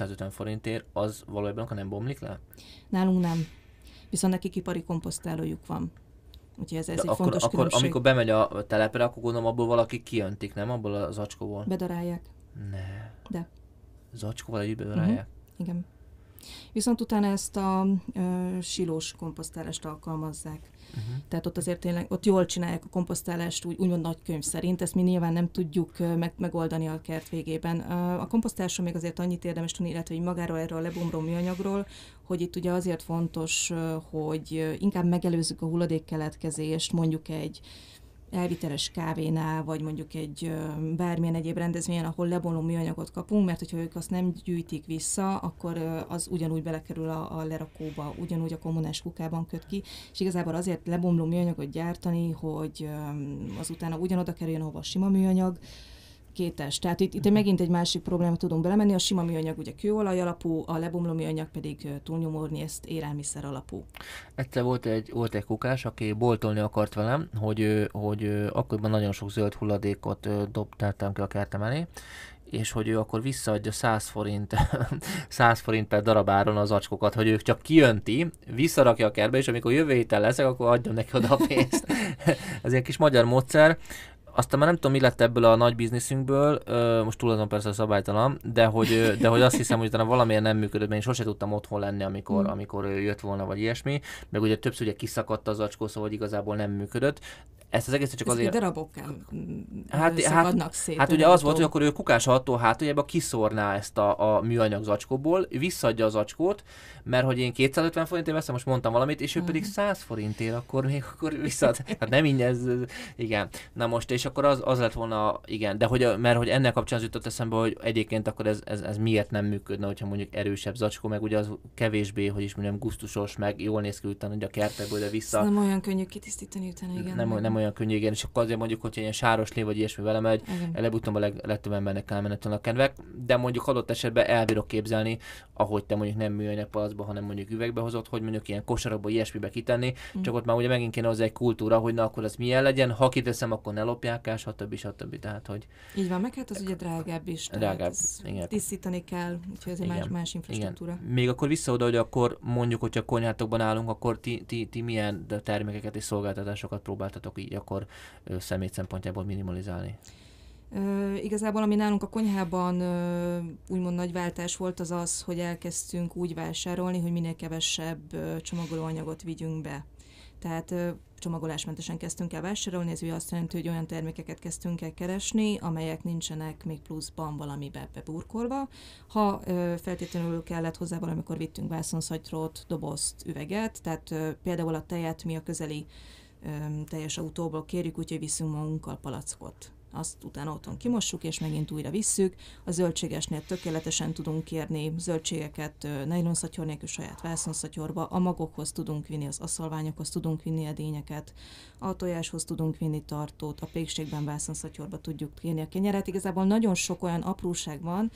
kétszázötven forintért, az valójában akkor nem bomlik le? Nálunk nem. Viszont nekik ipari komposztálójuk van. Úgyhogy ez, ez egy akkor, fontos akkor, különbség. amikor bemegy a telepre, akkor gondolom abból valaki kijöntik, nem? Abból a zacskóból? Bedarálják. Ne. De. Zacskóval együtt bedarálják? Uh-huh. Igen. Viszont utána ezt a ö, silós komposztálást alkalmazzák. Uh-huh. Tehát ott azért tényleg, ott jól csinálják a komposztálást, úgy, úgymond nagy könyv szerint, ezt mi nyilván nem tudjuk meg, megoldani a kert végében. A komposztálásról még azért annyit érdemes tudni, illetve hogy magáról erről a lebomló műanyagról, hogy itt ugye azért fontos, hogy inkább megelőzzük a hulladékkeletkezést, mondjuk egy elviteles kávénál, vagy mondjuk egy bármilyen egyéb rendezvényen, ahol lebomló műanyagot kapunk, mert hogyha ők azt nem gyűjtik vissza, akkor az ugyanúgy belekerül a, a lerakóba, ugyanúgy a kommunális kukában köt ki, és igazából azért lebomló műanyagot gyártani, hogy azután ugyanoda kerüljön, ahova a sima műanyag, kétes. Tehát itt, itt megint egy másik probléma tudunk belemenni, a sima műanyag ugye kőolaj alapú, a lebomló műanyag pedig túlnyomórni ezt élelmiszer alapú. Egyszer volt egy, volt egy kukás, aki boltolni akart velem, hogy, hogy akkoriban nagyon sok zöld hulladékot dobtáltam ki a kertem elé, és hogy ő akkor visszaadja száz forint, száz forint per darabáron az acskókat, hogy ő csak kijönti, visszarakja a kertbe, és amikor jövő héten leszek, akkor adjon neki oda a pénzt. Ez egy kis magyar módszer. Aztán már nem tudom, mi lett ebből a nagy bizniszünkből, most túl azon persze szabálytalan, de hogy, de hogy azt hiszem, hogy utána valamiért nem működött, mert én sose tudtam otthon lenni, amikor, mm. amikor jött volna, vagy ilyesmi, meg ugye többször ugye kiszakadt az acskó, szóval igazából nem működött. Ezt az egészet csak ez azért... darabokká hát, szakadnak hát, szét. Hát ugye az volt, hogy akkor ő kukás attól hátuljába kiszórná ezt a, a műanyag zacskóból, visszaadja az acskót, mert hogy én kétszázötven forintért veszem, most mondtam valamit, és ő uh-huh. pedig száz forintért, akkor még akkor visszaad. Hát nem így ez, igen. Na most, és akkor az, az lett volna, igen, de hogy, mert hogy ennek kapcsán az jutott eszembe, hogy egyébként akkor ez, ez, ez miért nem működne, hogyha mondjuk erősebb zacskó, meg ugye az kevésbé, hogy is mondjam, gusztusos, meg jól néz ki utána, hogy a kertekből, de vissza. Ez nem olyan könnyű kitisztítani utána, igen. Nem, nem olyan könnyű, igen, és akkor azért mondjuk, hogyha ilyen sáros lé vagy ilyesmi vele megy, előbb-utóbb a leg, legtöbb embernek elmenetlen a kedvek, de mondjuk adott esetben elbírok képzelni, ahogy te mondjuk nem műanyag palacba, hanem mondjuk üvegbe hozott, hogy mondjuk ilyen kosarakba, ilyesmibe kitenni, mm. csak ott már ugye megint kéne hozzá egy kultúra, hogy na akkor ez milyen legyen, ha kiteszem, akkor ne lopják el, stb. stb. Tehát, hogy... Így van, meg hát az ugye drágább is. Drágább, igen. Tisztítani kell, úgyhogy ez egy más, más infrastruktúra. Igen. Még akkor vissza oda, hogy akkor mondjuk, hogyha a konyhátokban állunk, akkor ti, ti, ti milyen termékeket és szolgáltatásokat próbáltatok így akkor ö, személy szempontjából minimalizálni? Uh, igazából ami nálunk a konyhában uh, úgymond nagy váltás volt, az az, hogy elkezdtünk úgy vásárolni, hogy minél kevesebb uh, csomagolóanyagot vigyünk be. Tehát uh, csomagolásmentesen kezdtünk el vásárolni, ez azt jelenti, hogy olyan termékeket kezdtünk el keresni, amelyek nincsenek még pluszban valamibe beburkolva. Ha uh, feltétlenül kellett hozzá valamikor vittünk vászonszatyrot, dobozt, üveget, tehát uh, például a tejet mi a közeli um, teljes autóból kérjük, úgyhogy viszünk magunkkal palackot. Azt utána otthon kimossuk, és megint újra visszük. A zöldségesnél tökéletesen tudunk kérni zöldségeket nejlonszatyor nélkül saját vászonszatyorba, a magokhoz tudunk vinni, az aszalványokhoz tudunk vinni edényeket, a tojáshoz tudunk vinni tartót, a pékségben vászonszatyorba tudjuk kérni a kenyeret. Igazából nagyon sok olyan apróság van,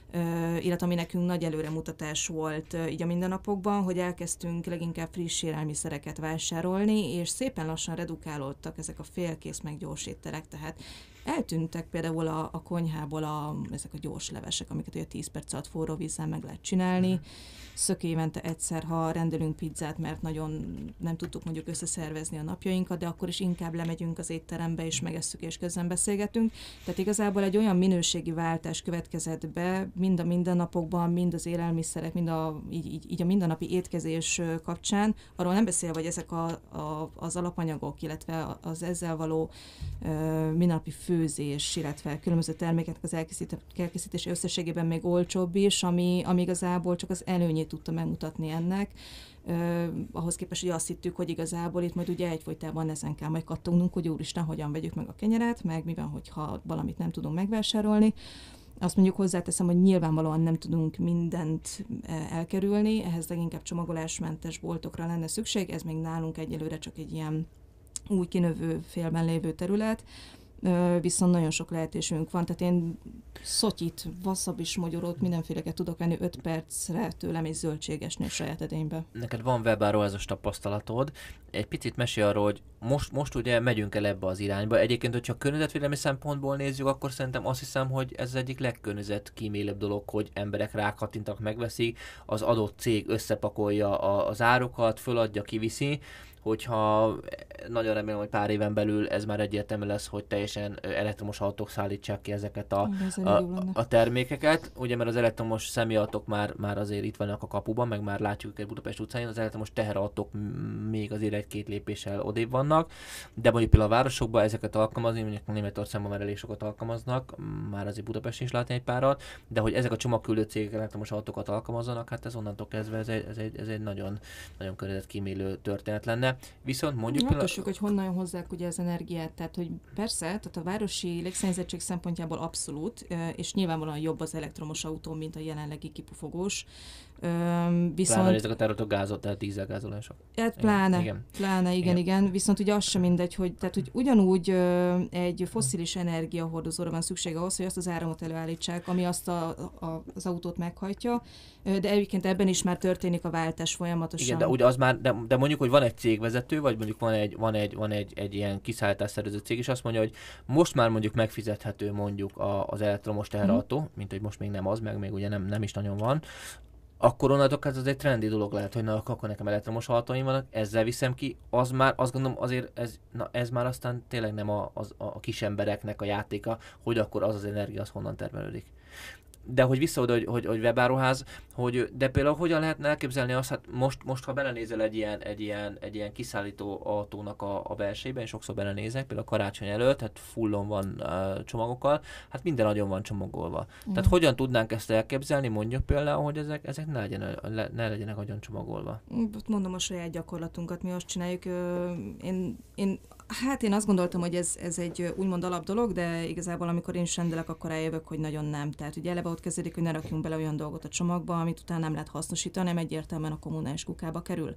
Uh, illetve ami nekünk nagy előremutatás volt uh, így a mindennapokban, hogy elkezdtünk leginkább friss élelmiszereket vásárolni, és szépen lassan redukálódtak ezek a félkész meg gyors étterek, tehát eltűntek például a, a konyhából a, ezek a gyors levesek, amiket ugye tíz perc alatt forró vízzel meg lehet csinálni. Szök évente egyszer, ha rendelünk pizzát, mert nagyon nem tudtuk mondjuk összeszervezni a napjainkat, de akkor is inkább lemegyünk az étterembe, és megesszük, és közben beszélgetünk. Tehát igazából egy olyan minőségi váltás következett be, mind a mindennapokban, mind az élelmiszerek, mind a, így, így, így a mindennapi étkezés kapcsán. Arról nem beszélve, hogy ezek a, a, az alapanyagok, illetve az ezzel való uh, mindennapi főzés, illetve különböző termékeknek az elkészítése összességében még olcsóbb is, ami, ami igazából csak az előnyét tudta megmutatni ennek. Uh, ahhoz képest, hogy azt hittük, hogy igazából itt majd ugye egyfolytában ezen kell majd kattognunk, hogy úristen, hogyan vegyük meg a kenyeret, meg mi van, hogyha valamit nem tudunk megvásárolni. Azt mondjuk hozzáteszem, hogy nyilvánvalóan nem tudunk mindent elkerülni, ehhez leginkább csomagolásmentes boltokra lenne szükség, ez még nálunk egyelőre csak egy ilyen új kinövő félben lévő terület. viszont nagyon sok lehetőségünk van, tehát én szotyit, wasabi mogyorót, mindenféleket tudok venni öt percre tőlem egy zöldségesnél saját edénybe. Neked van webáruházas tapasztalatod, egy picit mesélj arról, hogy most, most ugye megyünk el ebbe az irányba. Egyébként, hogyha környezetvédelmi szempontból nézzük, akkor szerintem azt hiszem, hogy ez az egyik legkörnyezetkímélőbb dolog, hogy emberek rákattintak, megveszik, az adott cég összepakolja az árukat, föladja, kiviszi. Hogyha nagyon remélem, hogy pár éven belül ez már egyértelmű lesz, hogy teljesen elektromos autók szállítsák ki ezeket a, a, a termékeket. Ugye, mert az elektromos személyautók már, már azért itt vannak a kapuban, meg már látjuk őket Budapest utcáin, az elektromos teherautók még azért egy-két lépéssel odébb vannak, de mondjuk például a városokban ezeket alkalmazni, mondjuk Németországban már elég sokat alkalmaznak, már azért Budapest is látni egy párat, de hogy ezek a csomagküldő cégek elektromos autókat alkalmazzanak, hát ez onnantól kezdve ez egy, ez egy, ez egy nagyon, nagyon környezetkímélő történet lenne. Viszont mondjuk... Attól függ, hogy honnan hozzák ugye az energiát, tehát hogy persze, tehát a városi légszennyezettség szempontjából abszolút, és nyilvánvalóan jobb az elektromos autó, mint a jelenlegi kipufogós. Viszont... Pláne ezek a területok gázot, tehát dízelgázolások. Hát pláne, igen. pláne, igen, igen, igen, viszont ugye az sem mindegy, hogy, tehát, hogy ugyanúgy egy fosszilis energiahordozóra van szükség ahhoz, hogy azt az áramot előállítsák, ami azt a, a, az autót meghajtja, de egyébként ebben is már történik a váltás folyamatosan. Igen, de, ugye az már, de, de mondjuk, hogy van egy cégvezető, vagy mondjuk van egy, van egy, van egy, egy ilyen kiszállításszervező cég, és azt mondja, hogy most már mondjuk megfizethető mondjuk a, az elektromos teherautó, hmm. mint hogy most még nem az, meg még ugye nem, nem is nagyon van, akkor onnantól ez egy trendi dolog lehet, hogy na, akkor nekem elektromos autóim vannak, ezzel viszem ki, az már, azt gondolom azért, ez, na, ez már aztán tényleg nem a, az, a kis embereknek a játéka, hogy akkor az az energia az honnan termelődik. De hogy vissza oda, hogy, hogy, hogy webáruház, hogy, de például hogyan lehetne elképzelni azt, hát most, most ha belenézel egy ilyen, egy ilyen, egy ilyen kiszállító autónak a, a belsejében, és sokszor belenézek, például a karácsony előtt, hát fullon van uh, csomagokkal, hát minden nagyon van csomagolva. Mm. Tehát hogyan tudnánk ezt elképzelni, mondjuk például, hogy ezek, ezek ne, legyen, le, ne legyenek nagyon csomagolva? Mondom a saját gyakorlatunkat, mi azt csináljuk, én, én Hát én azt gondoltam, hogy ez, ez egy úgymond alap dolog, de igazából amikor én is rendelek, akkor rájövök, hogy nagyon nem. Tehát ugye eleve ott kezdődik, hogy ne rakjunk bele olyan dolgot a csomagba, amit utána nem lehet hasznosítani, nem egyértelműen a kommunális kukába kerül.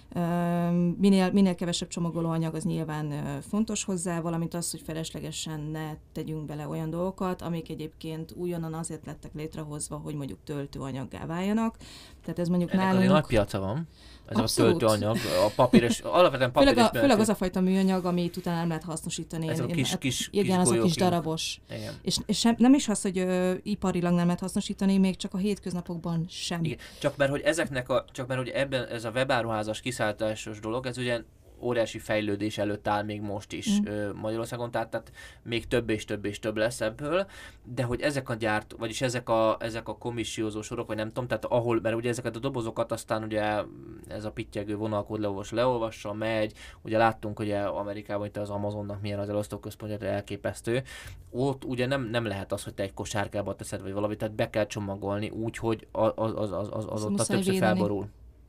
Minél, minél kevesebb csomagolóanyag az nyilván fontos hozzá, valamint az, hogy feleslegesen ne tegyünk bele olyan dolgokat, amik egyébként újonnan azért lettek létrehozva, hogy mondjuk töltőanyaggá váljanak. Tehát ez mondjuk ennek nálunk... Ennek nagy piaca van. Ez abszolút. A töltőanyag, a papír és alapvetően papír főleg, a, főleg az a fajta műanyag, amit utána nem lehet hasznosítani. Ez a kis, hát, kis, igen, kis az a kis darabos. És, és sem, nem is az, hogy ö, iparilag nem lehet hasznosítani, még csak a hétköznapokban sem. Igen. Csak mert, hogy ezeknek a, csak mert, hogy ebben ez a webáruházas kiszállításos dolog, ez ugye óriási fejlődés előtt áll még most is mm. Magyarországon, tehát, tehát még több és több és több lesz ebből, de hogy ezek a gyárt, vagyis ezek a, ezek a komissiózó sorok, vagy nem tudom, tehát ahol, mert ugye ezeket a dobozokat aztán ugye ez a pittyegő vonalkód leolvas, leolvassa, megy, ugye láttunk ugye Amerikában itt az Amazonnak milyen az elosztóközpontja, elképesztő, ott ugye nem, nem lehet az, hogy te egy kosárkába teszed, vagy valamit, tehát be kell csomagolni úgy, hogy az, az, az, az, az, az ott a többször felborul.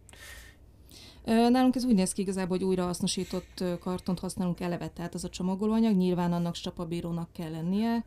Nálunk ez úgy néz ki igazából, hogy újrahasznosított kartont használunk eleve, tehát az a csomagolóanyag, nyilván annak strapabírónak kell lennie.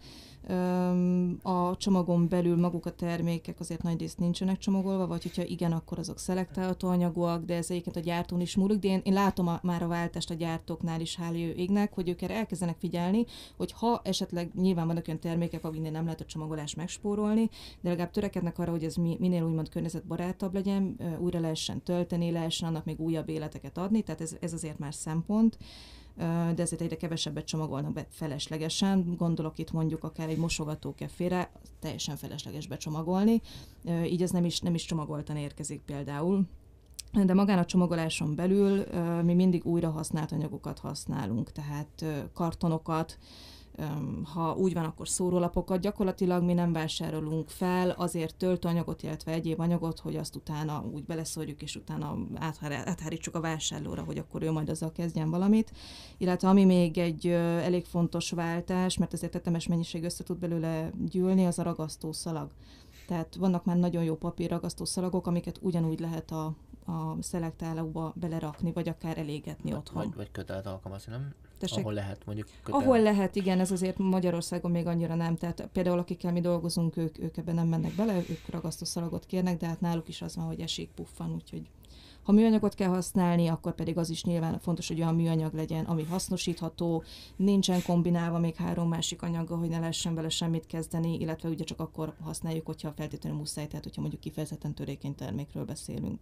A csomagon belül maguk a termékek azért nagy részt nincsenek csomagolva, vagy hogyha igen, akkor azok szelektálható anyagúak, de ez egyébként a gyártón is múlik, de én, én látom a, már a váltást a gyártóknál is, hál' égnek, hogy ők erre elkezdenek figyelni, hogy ha esetleg nyilván vannak olyan termékek, amiknél nem lehet a csomagolást megspórolni, de legalább törekednek arra, hogy ez minél úgymond környezetbarátabb legyen, újra lehessen tölteni, lehessen annak még újabb életeket adni, tehát ez, ez azért már szempont. De ezért egyre kevesebbet csomagolnak be feleslegesen. Gondolok itt mondjuk akár egy mosogatókefére, teljesen felesleges becsomagolni, így ez nem is, nem is csomagoltan érkezik például. De magán a csomagoláson belül mi mindig újra használt anyagokat használunk, tehát kartonokat, ha úgy van, akkor szórólapokat. Gyakorlatilag mi nem vásárolunk fel azért töltőanyagot, illetve egyéb anyagot, hogy azt utána úgy beleszórjuk, és utána áthárítsuk a vásárlóra, hogy akkor ő majd azzal kezdjen valamit. Illetve ami még egy elég fontos váltás, mert ezért tetemes mennyiség össze tud belőle gyűlni, az a ragasztószalag. Tehát vannak már nagyon jó papírragasztó szalagok, amiket ugyanúgy lehet a, a szelektálóba belerakni, vagy akár elégetni otthon. Vagy, vagy kötelet alkalmazni, nem? Tessék? Ahol lehet, mondjuk kötelet. Ahol lehet, igen, ez azért Magyarországon még annyira nem. Tehát például akikkel mi dolgozunk, ők, ők ebben nem mennek bele, ők ragasztó szalagot kérnek, de hát náluk is az van, hogy esik, puffan, úgyhogy Ha műanyagot kell használni, akkor pedig az is nyilván fontos, hogy olyan műanyag legyen, ami hasznosítható, nincsen kombinálva még három másik anyaggal, hogy ne lehessen vele semmit kezdeni, illetve ugye csak akkor használjuk, hogyha feltétlenül muszáj, tehát hogyha mondjuk kifejezetten törékeny termékről beszélünk.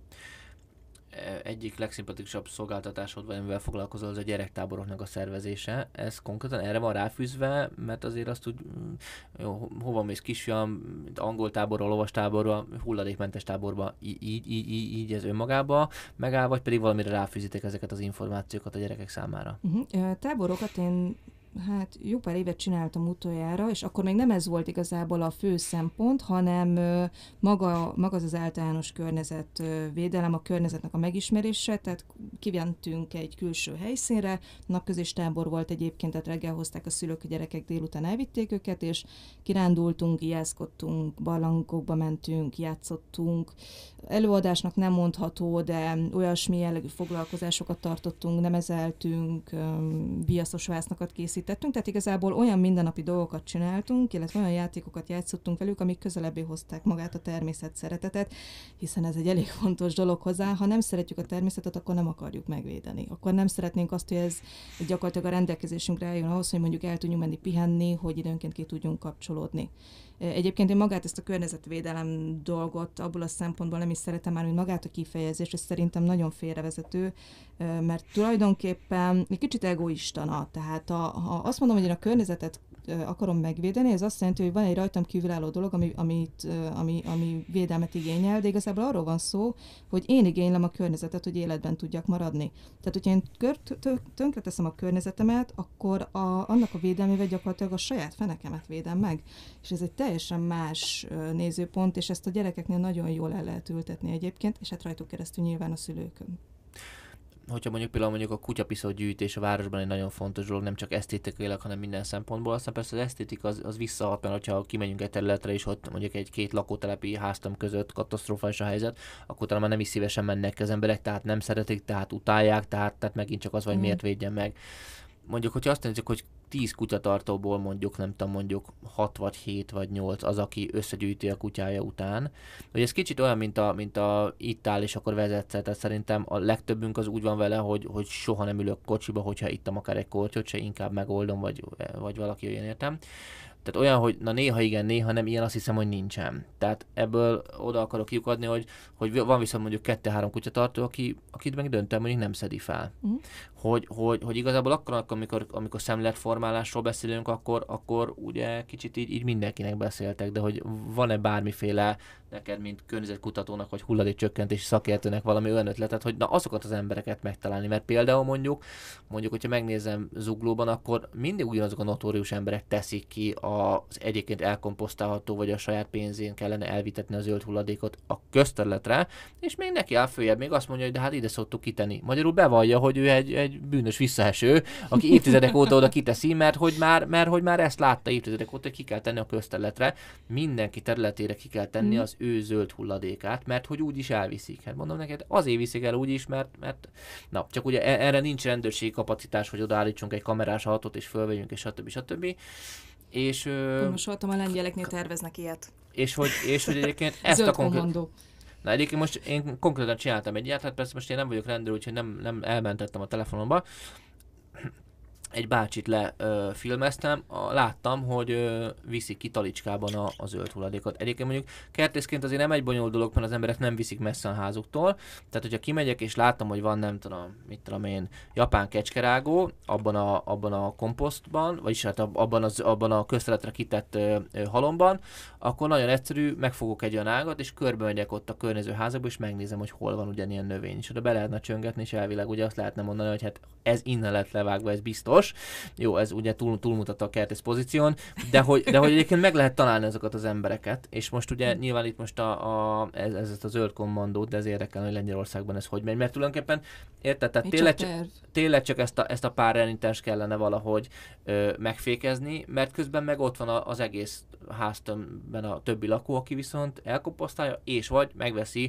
Egyik legszimpatikusabb szolgáltatásod, vagy amivel foglalkozol, az a gyerektáboroknak a szervezése. Ez konkrétan erre van ráfűzve, mert azért azt úgy, jó, hova mész kisfiam, angol táborról, lovastáborra, hulladékmentes táborba, így, így, így, így ez önmagába megáll, vagy pedig valamire ráfűzitek ezeket az információkat a gyerekek számára? Uh-huh. Táborokat én hát jó pár évet csináltam utoljára, és akkor még nem ez volt igazából a fő szempont, hanem maga, maga az az általános környezetvédelem, a környezetnek a megismerése, tehát kiventünk egy külső helyszínre, napközis tábor volt egyébként, tehát reggel hozták a szülők, a gyerekek délután elvitték őket, és kirándultunk, ijászkodtunk, barlangokba mentünk, játszottunk. Előadásnak nem mondható, de olyasmi jellegű foglalkozásokat tartottunk, nemezeltünk, viaszosvásznakat készítettünk, tehát igazából olyan mindennapi dolgokat csináltunk, illetve olyan játékokat játszottunk velük, amik közelebbé hozták magát a természet szeretetet, hiszen ez egy elég fontos dolog hozzá. Ha nem szeretjük a természetet, akkor nem akarjuk megvédeni. Akkor nem szeretnénk azt, hogy ez gyakorlatilag a rendelkezésünkre eljön ahhoz, hogy mondjuk el tudjunk menni pihenni, hogy időnként ki tudjunk kapcsolódni. Egyébként én magát ezt a környezetvédelem dolgot abból a szempontból nem is szeretem már, mint magát a kifejezést, és szerintem nagyon félrevezető, mert tulajdonképpen egy kicsit egoista. Tehát a, ha azt mondom, hogy én a környezetet akarom megvédeni, ez azt jelenti, hogy van egy rajtam kívülálló dolog, ami, amit, ami, ami védelmet igényel, de igazából arról van szó, hogy én igénylem a környezetet, hogy életben tudjak maradni. Tehát, hogyha én tönkreteszem a környezetemet, akkor a, annak a védelmével gyakorlatilag a saját fenekemet védem meg. És ez egy teljesen más nézőpont, és ezt a gyerekeknél nagyon jól el lehet ültetni egyébként, és hát rajtuk keresztül nyilván a szülőkön. Hogyha mondjuk például mondjuk a kutyapiszok gyűjtés a városban egy nagyon fontos dolog, nem csak esztétikailag, hanem minden szempontból. Aztán persze az esztétika az, az visszahat, mert hogyha kimegyünk egy területre, és ott mondjuk egy-két lakótelepi háztam között katasztrofális a helyzet, akkor talán már nem is szívesen mennek az emberek, tehát nem szeretik, tehát utálják, tehát, tehát megint csak az, vagy mm. miért védjen meg. Mondjuk, hogyha azt nézzük, hogy tíz kutyatartóból mondjuk, nem tudom, mondjuk hat vagy hét vagy nyolc az, aki összegyűjti a kutyája után. Hogy ez kicsit olyan, mint a, mint a itt áll és akkor vezetsz, tehát szerintem a legtöbbünk az úgy van vele, hogy, hogy soha nem ülök kocsiba, hogyha ittam akár egy kortyot, se inkább megoldom, vagy, vagy valaki jöjjön értem. Tehát olyan, hogy na néha igen, néha nem, ilyen azt hiszem, hogy nincsen. Tehát ebből oda akarok kiukadni, hogy, hogy van viszont mondjuk kettő-három kutyatartó, aki, akit meg döntem, mondjuk nem szedi fel. Uh-huh. Hogy, hogy, hogy igazából akkor, amikor, amikor szemléletformálásról beszélünk, akkor, akkor ugye kicsit így, így mindenkinek beszéltek, de hogy van-e bármiféle neked, mint környezetkutatónak, vagy hulladékcsökkentési szakértőnek valami olyan ötletet, hogy na azokat az embereket megtalálni, mert például mondjuk, mondjuk, hogyha megnézem Zuglóban, akkor mindig ugyanazok a notórius emberek teszik ki az egyébként elkomposztálható, vagy a saját pénzén kellene elvitetni a zöld hulladékot a közterületre, és még neki áll följebb, még azt mondja, hogy de hát ide szoktuk kitenni. Magyarul bevallja, hogy ő egy, egy bűnös visszaeső, aki évtizedek óta oda kiteszi, mert hogy már, mert hogy már ezt látta évtizedek óta, hogy ki kell tenni a közterületre, mindenki területére ki kell tenni az ő zöld hulladékát, mert hogy úgy is elviszik. Hát mondom neked, azért viszik el úgy is, mert, mert na, csak ugye erre nincs rendőrségi kapacitás, hogy odaállítsunk egy kamerás autót, és fölvegyünk, és stb. stb. És... Most voltam, a lengyeleknél terveznek ilyet. És hogy, és hogy egyébként ezt zöld a konkrét... kommandó. Na egyébként most én konkrétan csináltam egy ilyet, hát persze most én nem vagyok rendőr, úgyhogy nem, nem elmentettem a telefonomba. Egy bácsit lefilmeztem, láttam, hogy ö, viszik ki talicskában a, a zöld hulladékot. Egyébként mondjuk kertészként azért nem egy bonyolult dolog, mert az emberek nem viszik messze a házuktól. Tehát, hogyha kimegyek és látom, hogy van, nem tudom, mit tudom én, japán kecskerágó abban a, abban a komposztban, vagyis hát abban, az, abban a közterületre kitett ö, ö, halomban, akkor nagyon egyszerű, megfogok egy olyan ágat, és körbe megyek ott a környező házakba, és megnézem, hogy hol van ugyanilyen növény. És oda be lehetne csöngetni, és elvileg ugye azt lehetne mondani, hogy hát ez innen lett levágva, ez biztos. Jó, ez ugye túl, túlmutat a kertész pozíción, de hogy, de hogy egyébként meg lehet találni azokat az embereket, és most ugye nyilván itt most a, a, ez, ez a zöld kommandót, de ez érdekel, hogy Lengyelországban ez hogy megy, mert tulajdonképpen érted, tehát tényleg csak, tényleg csak ezt a, ezt a pár elindítást kellene valahogy ö, megfékezni, mert közben meg ott van az egész háztömbben a többi lakó, aki viszont elkomposztálja, és vagy megveszi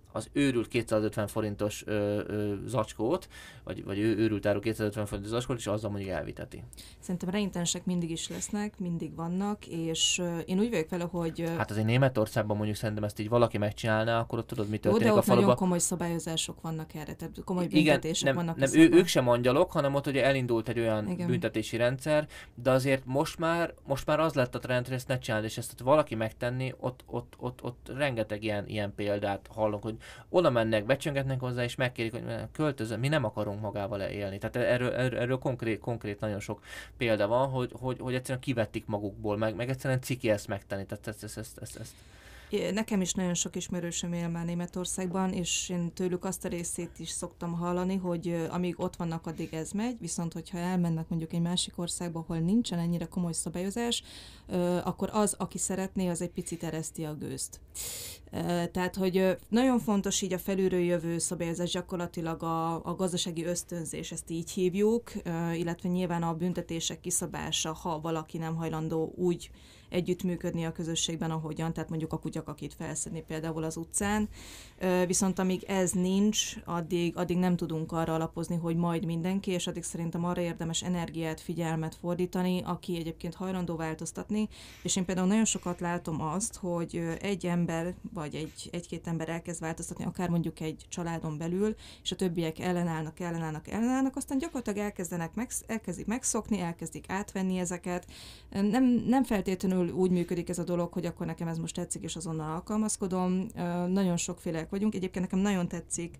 az őrült kétszázötven forintos ö, ö, zacskót, vagy, vagy ő, őrült áru kétszázötven forintos zacskót, és azzal mondjuk elviteti. Szerintem reinteresek mindig is lesznek, mindig vannak, és uh, én úgy vagyok vele, hogy... Uh, hát azért Németországban mondjuk szerintem ezt így valaki megcsinálná, akkor ott tudod, mi történik jó, de a faluban. nagyon komoly szabályozások vannak erre, tehát komoly Igen, büntetések nem, vannak. nem ő, ők sem angyalok, hanem ott ugye elindult egy olyan Igen. büntetési rendszer, de azért most már, most már az lett a trend, hogy ezt ne csináld, és ezt valaki megtenni, ott, ott, ott, ott rengeteg ilyen, ilyen példát hallunk, hogy oda mennek, becsöngetnek hozzá, és megkérik, hogy költözön, mi nem akarunk magával élni. Tehát erről, erről, erről konkrét, konkrét nagyon sok példa van, hogy, hogy, hogy egyszerűen kivették magukból, meg, meg egyszerűen ciki ezt megtenni. Tehát ezt, ezt, ezt, ezt, ezt. Nekem is nagyon sok ismerősöm él már Németországban, és én tőlük azt a részét is szoktam hallani, hogy amíg ott vannak, addig ez megy, viszont hogyha elmennek mondjuk egy másik országba, ahol nincsen ennyire komoly szabályozás, akkor az, aki szeretné, az egy picit ereszti a gőzt. Tehát, hogy nagyon fontos így a felülről jövő szabályozás, gyakorlatilag a, a gazdasági ösztönzés, ezt így hívjuk, illetve nyilván a büntetések kiszabása, ha valaki nem hajlandó úgy együttműködni a közösségben, ahogyan, tehát mondjuk a kutyakakit felszedni például az utcán. Viszont amíg ez nincs, addig, addig nem tudunk arra alapozni, hogy majd mindenki, és addig szerintem arra érdemes energiát, figyelmet fordítani, aki egyébként hajlandó változtatni, és én például nagyon sokat látom azt, hogy egy ember, vagy egy, egy-két ember elkezd változtatni, akár mondjuk egy családon belül, és a többiek ellenállnak, ellenállnak, ellenállnak, aztán gyakorlatilag elkezdenek meg, elkezdik megszokni, elkezdik átvenni ezeket. Nem, nem feltétlenül úgy működik ez a dolog, hogy akkor nekem ez most tetszik, és azonnal alkalmazkodom. Nagyon sokfélek vagyunk. Egyébként nekem nagyon tetszik,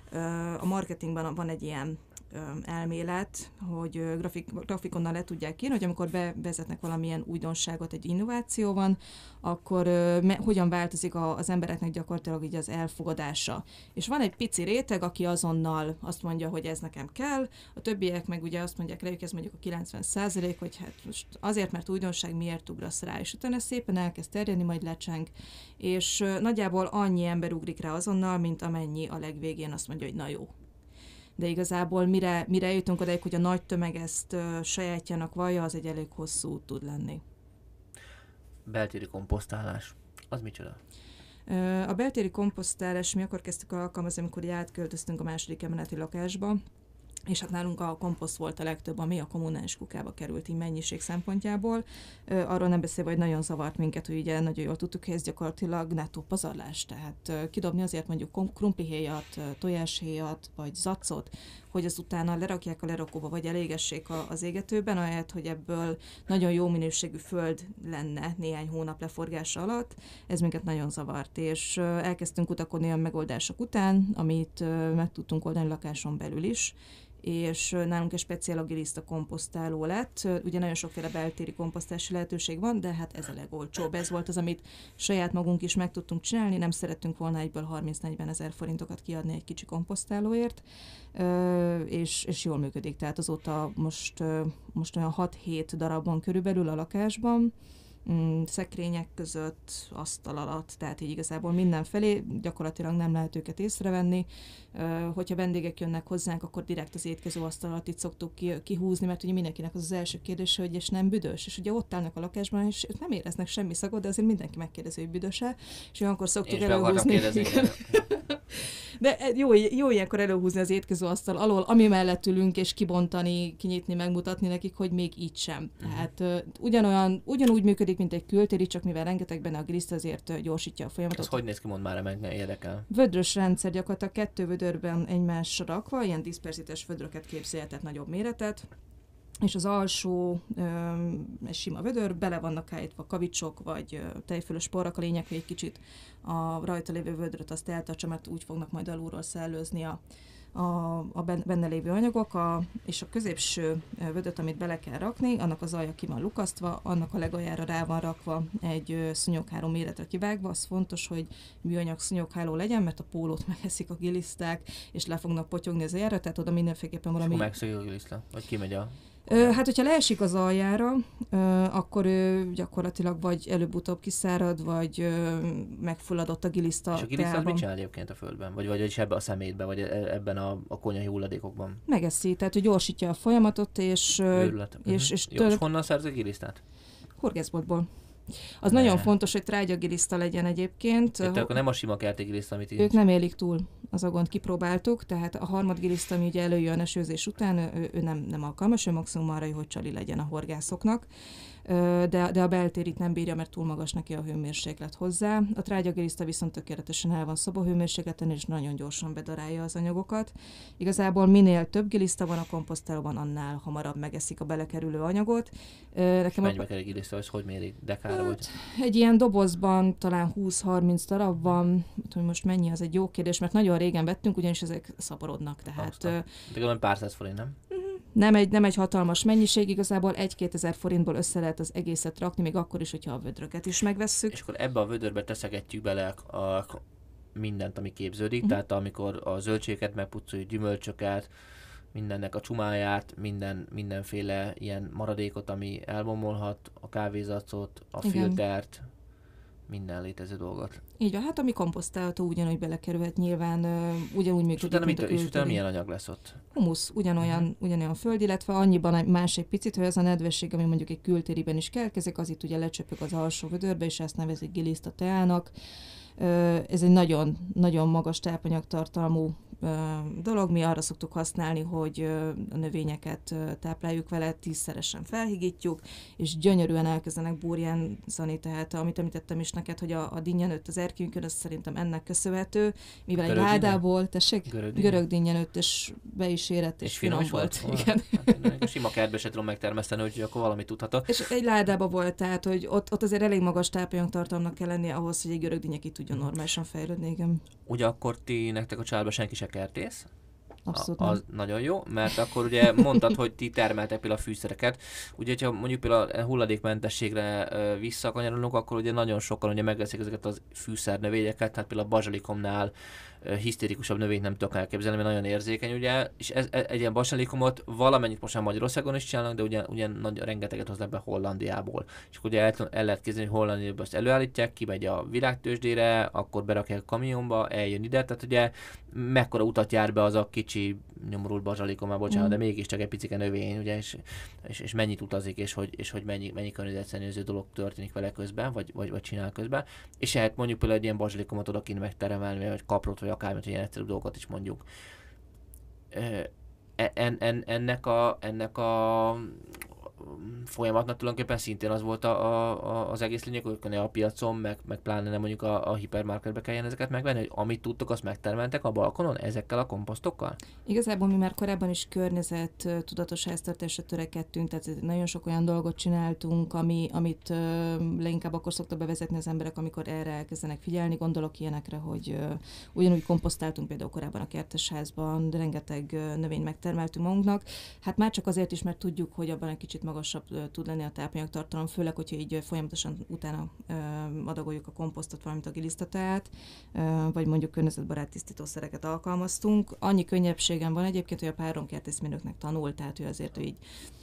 a marketingben van egy ilyen elmélet, hogy grafik, grafikonnal le tudják írni, hogy amikor bevezetnek valamilyen újdonságot, egy innováció van, akkor me, hogyan változik a, az embereknek gyakorlatilag így az elfogadása. És van egy pici réteg, aki azonnal azt mondja, hogy ez nekem kell, a többiek meg ugye azt mondják rájuk, ez mondjuk a kilencven százalék, hogy hát most azért, mert újdonság, miért ugrasz rá, és utána szépen elkezd terjedni, majd lecseng. És nagyjából annyi ember ugrik rá azonnal, mint amennyi a legvégén azt mondja, hogy na jó. De igazából mire, mire jutunk odáig, hogy a nagy tömeg ezt uh, sajátjának vallja, az egy elég hosszú út tud lenni. Beltéri komposztálás. Az micsoda? Uh, a beltéri komposztálás mi akkor kezdtük alkalmazni, amikor átköltöztünk a második emeleti lakásba, és hát nálunk a komposzt volt a legtöbb, ami a kommunális kukába került így mennyiség szempontjából. Arról nem beszélve, hogy nagyon zavart minket, hogy ugye nagyon jól tudtuk, hogy ez gyakorlatilag nettó pazarlás. Tehát kidobni azért mondjuk krumplihéjat, tojáshéjat, vagy zacot, hogy az utána lerakják a lerakóba, vagy elégessék az égetőben, ahelyett, hogy ebből nagyon jó minőségű föld lenne néhány hónap leforgása alatt. Ez minket nagyon zavart, és elkezdtünk kutakodni olyan megoldások után, amit meg tudtunk oldani lakáson belül is, és nálunk egy speciál agiliszta komposztáló lett. Ugye nagyon sokféle beltéri komposztási lehetőség van, de hát ez a legolcsóbb. Ez volt az, amit saját magunk is meg tudtunk csinálni, nem szerettünk volna egyből harminc-negyven ezer forintokat kiadni egy kicsi komposztálóért, és, és jól működik. Tehát azóta most, most olyan hat-hét darabban körülbelül a lakásban, szekrények között, asztal alatt, tehát így igazából mindenfelé, gyakorlatilag nem lehet őket észrevenni. Hogyha vendégek jönnek hozzánk, akkor direkt az étkező asztal alatt itt szoktuk kihúzni, mert ugye mindenkinek az az első kérdése, hogy és nem büdös, és ugye ott állnak a lakásban, és nem éreznek semmi szagot, de azért mindenki megkérdezi, hogy büdöse, és olyankor szoktuk előhúzni. De jó, jó ilyenkor előhúzni az étkező asztal alól, ami mellett ülünk, és kibontani, kinyitni, megmutatni nekik, hogy még így sem. Tehát uh, ugyanolyan, ugyanúgy működik, mint egy kültéri, csak mivel rengeteg benne a gliszt, azért gyorsítja a folyamatot. Ez hogy néz ki, mondd már, meg ne érdekel. Vödrös rendszer, gyakorlatilag kettő vödörben egymásra rakva, ilyen diszperzites vödröket képzelje, tehát nagyobb méretet, és az alsó um, egy sima vödör, bele vannak állítva kavicsok, vagy uh, tejfölös porrak, a lényeg, hogy egy kicsit a rajta lévő vödröt azt eltartsa, mert úgy fognak majd alulról szellőzni a, a, a benne lévő anyagok, a, és a középső vödöt, amit bele kell rakni, annak az alja ki van lukasztva, annak a legaljára rá van rakva egy uh, szúnyogháló méretre kivágva. Az fontos, hogy műanyag szúnyogháló legyen, mert a pólót megeszik a giliszták, és le fognak potyogni az aljára, tehát oda mindenféleképpen valami... És akkor megszökik a giliszta, vagy kimegy a... Ö, hát, hogyha leesik az aljára, ö, akkor ő gyakorlatilag vagy előbb-utóbb kiszárad, vagy ö, megfulladott a giliszta. És a giliszta az mit csinál egyébként a földben? Vagy, vagy is ebben a szemétben, vagy ebben a, a konyhai hulladékokban? Megeszi, tehát hogy gyorsítja a folyamatot, és... Őrület. És, és Jó, tőle... és honnan szerzik a gilisztát? Horgászboltból. Az ne. nagyon fontos, hogy trágyagiliszta legyen egyébként. Tehát akkor nem a sima kertigiliszta, amit így... Ők nem élik túl az agont, kipróbáltuk, tehát a harmadgiliszta, ami ugye előjön esőzés után, ő, ő nem, nem alkalmas, ő maximum arra, hogy csali legyen a horgászoknak. De, de a beltérit nem bírja, mert túl magas neki a hőmérséklet hozzá. A trágyagiliszta viszont tökéletesen el van szobahőmérsékleten, és nagyon gyorsan bedarálja az anyagokat. Igazából minél több giliszta van a komposztálóban, annál hamarabb megeszik a belekerülő anyagot. Nekem mennyibe a... kell egy giliszta, és hogy mérik? Dekára hát, vagy? Egy ilyen dobozban talán húsz-harminc darab van, hogy most mennyi, az egy jó kérdés, mert nagyon régen vettünk, ugyanis ezek szaporodnak. Tehát, de gondolom pár száz forint, nem? Nem egy, nem egy hatalmas mennyiség, igazából egy-kétezer forintból össze lehet az egészet rakni, még akkor is, hogyha a vödröket is megvesszük. És akkor ebbe a vödörbe teszegetjük bele a mindent, ami képződik, uh-huh. tehát amikor a zöldségeket megpucoljuk, gyümölcsöket, mindennek a csumáját, minden, mindenféle ilyen maradékot, ami elbomolhat, a kávézacot, a Igen. filtert, minden létező dolgot. Így van, hát ami komposztálható ugyanúgy belekerülhet, nyilván uh, ugyanúgy működik, utána mint mit, a kültöri. És utána milyen anyag lesz ott? Humusz, ugyanolyan, uh-huh. ugyanolyan föld, illetve annyiban más egy picit, hogy az a nedvesség, ami mondjuk egy kültériben is keletkezik, az itt ugye lecsöpök az alsó vödörbe, és ezt nevezik giliszta teának. Uh, ez egy nagyon, nagyon magas tápanyagtartalmú dolog. Mi arra szoktuk használni, hogy a növényeket tápláljuk vele, tízszeresen felhigítjuk, és gyönyörűen elkezdenek burjánzani, tehát amit említettem is neked, hogy a, a dinnye nőtt az erkélyünkön, az szerintem ennek köszönhető, mivel egy ládából, tessék, görög dinnye nőtt, és be is érett, és, és finom, finom volt. volt. Igen. Hát, sima kertbe se tudom megtermeszteni, úgyhogy akkor valamit tudhatok. És egy ládába volt, tehát hogy ott, ott azért elég magas tápanyagtartalomnak kell lennie ahhoz, hogy egy görög dinnye ki tudjon normálisan fejlődni. Igen. Ugye akkor ti, nektek a családban senki se kertész? Abszolút a, az nagyon jó, mert akkor ugye mondtad, hogy ti termeltek például a fűszereket. Ugye, ha mondjuk például a hulladékmentességre visszakanyarulunk, akkor ugye nagyon sokan ugye megveszik ezeket az fűszernövényeket, tehát például a bazsalikomnál hisztérikusabb növényt nem tudok elképzelni, mert nagyon érzékeny, ugye, és ez, egy ilyen basalikomot valamennyit most már Magyarországon is csinálnak, de ugye, ugye nagy, rengeteget hoznak be Hollandiából. És akkor ugye el, el lehet képzelni, hogy Hollandiából ezt előállítják, kimegy a világtőzsdére, akkor berakják a kamionba, eljön ide, tehát ugye mekkora utat jár be az a kicsi nyomorult bazsalikom, már bocsánat, mm. de mégiscsak egy picike növény, ugye, és, és, és mennyit utazik, és hogy, és hogy mennyi, mennyi környezetszennyező dolog történik vele közben, vagy, vagy, vagy csinál közben. És ehhez mondjuk például egy ilyen bazsalikomot oda kéne megtermelni, vagy kaprot, vagy akármit, hogy ilyen egyszerű dolgokat is mondjuk. En, en, ennek a, ennek a folyamatnak tulajdonképpen szintén az volt a, a, az egész lényeg, hogy ne a piacon, meg, meg pláne nem mondjuk a, a hipermarketbe kelljen ezeket megvenni, hogy amit tudtok, azt megtermeltek a balkonon ezekkel a komposztokkal? Igazából mi már korábban is környezet tudatos háztartásra törekedtünk, tehát nagyon sok olyan dolgot csináltunk, ami, amit uh, leginkább akkor szoktak bevezetni az emberek, amikor erre elkezdenek figyelni. Gondolok ilyenekre, hogy uh, ugyanúgy komposztáltunk például korábban a kertesházban, de rengeteg uh, növényt megtermeltünk magunknak. Hát már csak azért is, mert tudjuk, hogy abban egy kicsit magasabb uh, tud lenni a tápanyagtartalom, főleg, hogyha így uh, folyamatosan utána uh, adagoljuk a komposztot, valamint a gilisztateát, uh, vagy mondjuk környezetbarát tisztítószereket alkalmaztunk. Annyi könnyebbségem van egyébként, hogy a párom kertészmérnöknek tanul, tehát ő azért ő így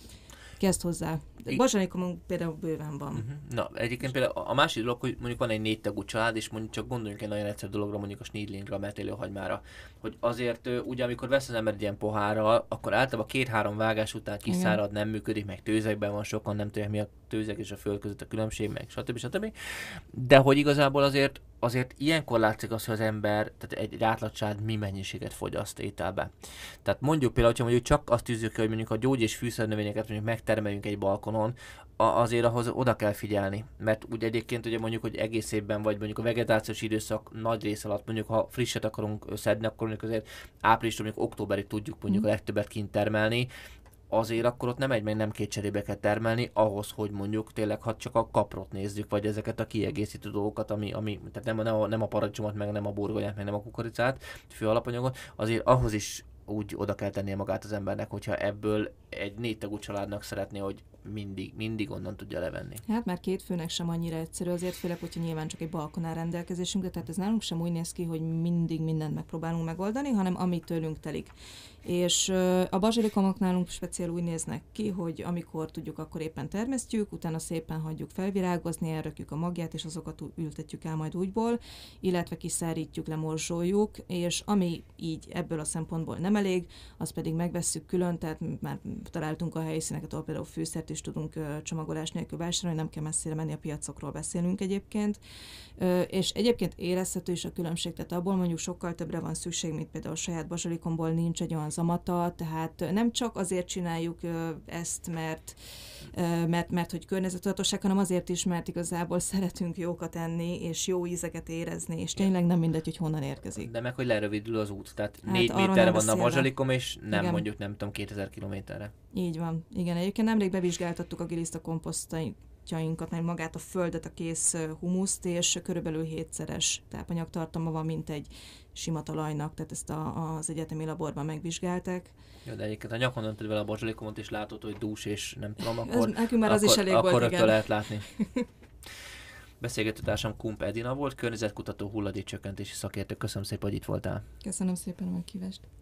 kezd hozzá. Bazsalikomunk például bőven van. Uh-huh. Na, egyébként például a másik dolog, hogy mondjuk van egy négy tagú család, és mondjuk csak gondoljunk egy nagyon egyszerű dologra, mondjuk a snídlingre, a metélőhagymára, hogy azért ugye amikor vesz az ember egy ilyen pohárral, akkor általában két-három vágás után kiszárad, nem működik, meg tőzekben van, sokan nem tudják, mi a tőzek és a föld között a különbség, meg stb. stb. De hogy igazából azért azért ilyenkor látszik az, hogy az ember, tehát egy, egy átlagcsalád mi mennyiséget fogyaszt ételbe. Tehát mondjuk például, hogyha mondjuk csak azt tűzzük, hogy mondjuk a gyógy- és fűszernövényeket mondjuk megtermeljünk egy balkonon, a, azért ahhoz oda kell figyelni. Mert ugye egyébként ugye mondjuk, hogy egész évben, vagy mondjuk a vegetációs időszak nagy rész alatt, mondjuk ha frisset akarunk szedni, akkor mondjuk azért áprilistól mondjuk októberig tudjuk mondjuk mm. a legtöbbet kint termelni, azért akkor ott nem egy, meg nem két cserébe kell termelni, ahhoz, hogy mondjuk tényleg, ha csak a kaprot nézzük, vagy ezeket a kiegészítő dolgokat, ami, ami tehát nem a, nem a, nem a paradicsomot, meg nem a burgonyát, meg nem a kukoricát, fő alapanyagot, azért ahhoz is úgy oda kell tennie magát az embernek, hogyha ebből egy négy tagú családnak szeretné, hogy mindig, mindig onnan tudja levenni. Hát már két főnek sem annyira egyszerű, azért főleg, hogyha nyilván csak egy balkon áll rendelkezésünkre, tehát ez nálunk sem úgy néz ki, hogy mindig mindent megpróbálunk megoldani, hanem ami tőlünk telik. És a bazsalikomok nálunk speciál úgy néznek ki, hogy amikor tudjuk, akkor éppen termesztjük, utána szépen hagyjuk felvirágozni, elrakjuk a magját, és azokat ültetjük el majd úgyból, illetve kiszárítjuk, lemorzsoljuk, és ami így ebből a szempontból nem elég, az pedig megvesszük külön, tehát már találtunk a helyszíneket, ahol például fűszert is tudunk csomagolás nélkül vásárolni, nem kell messzire menni, a piacokról beszélünk egyébként. És egyébként érezhető is a különbség, tehát abból mondjuk sokkal többre van szükség, mint például a saját bazsalikomból nincs egy olyan zamata, tehát nem csak azért csináljuk ezt, mert, mert, mert hogy környezettudatosság, hanem azért is, mert igazából szeretünk jókat enni, és jó ízeket érezni, és tényleg nem mindegy, hogy honnan érkezik. De meg, hogy lerövidül az út, tehát hát négy méterre méterre van a bazsalikom, és nem igen. mondjuk nem tudom, kétezer kilométerre. Így van. Igen, egyébként nemrég bevizsgáltattuk a giliszta komposztait, meg magát a földet, a kész humuszt, és körülbelül hétszeres tápanyagtartalma van, mint egy sima talajnak, tehát ezt a, az egyetemi laborban megvizsgálták. Jó, de egyébként a nyakon öntöd vele a bazsalikomot, és látod, hogy dús, és nem tudom, akkor, Ez, nekünk már az akkor, is elég akkor volt, rögtön igen. lehet látni. Beszélgetőtársam Kump Edina volt, környezetkutató, hulladékcsökkentési szakértő. Köszönöm szépen, hogy itt voltál. Köszönöm szépen a meghívást.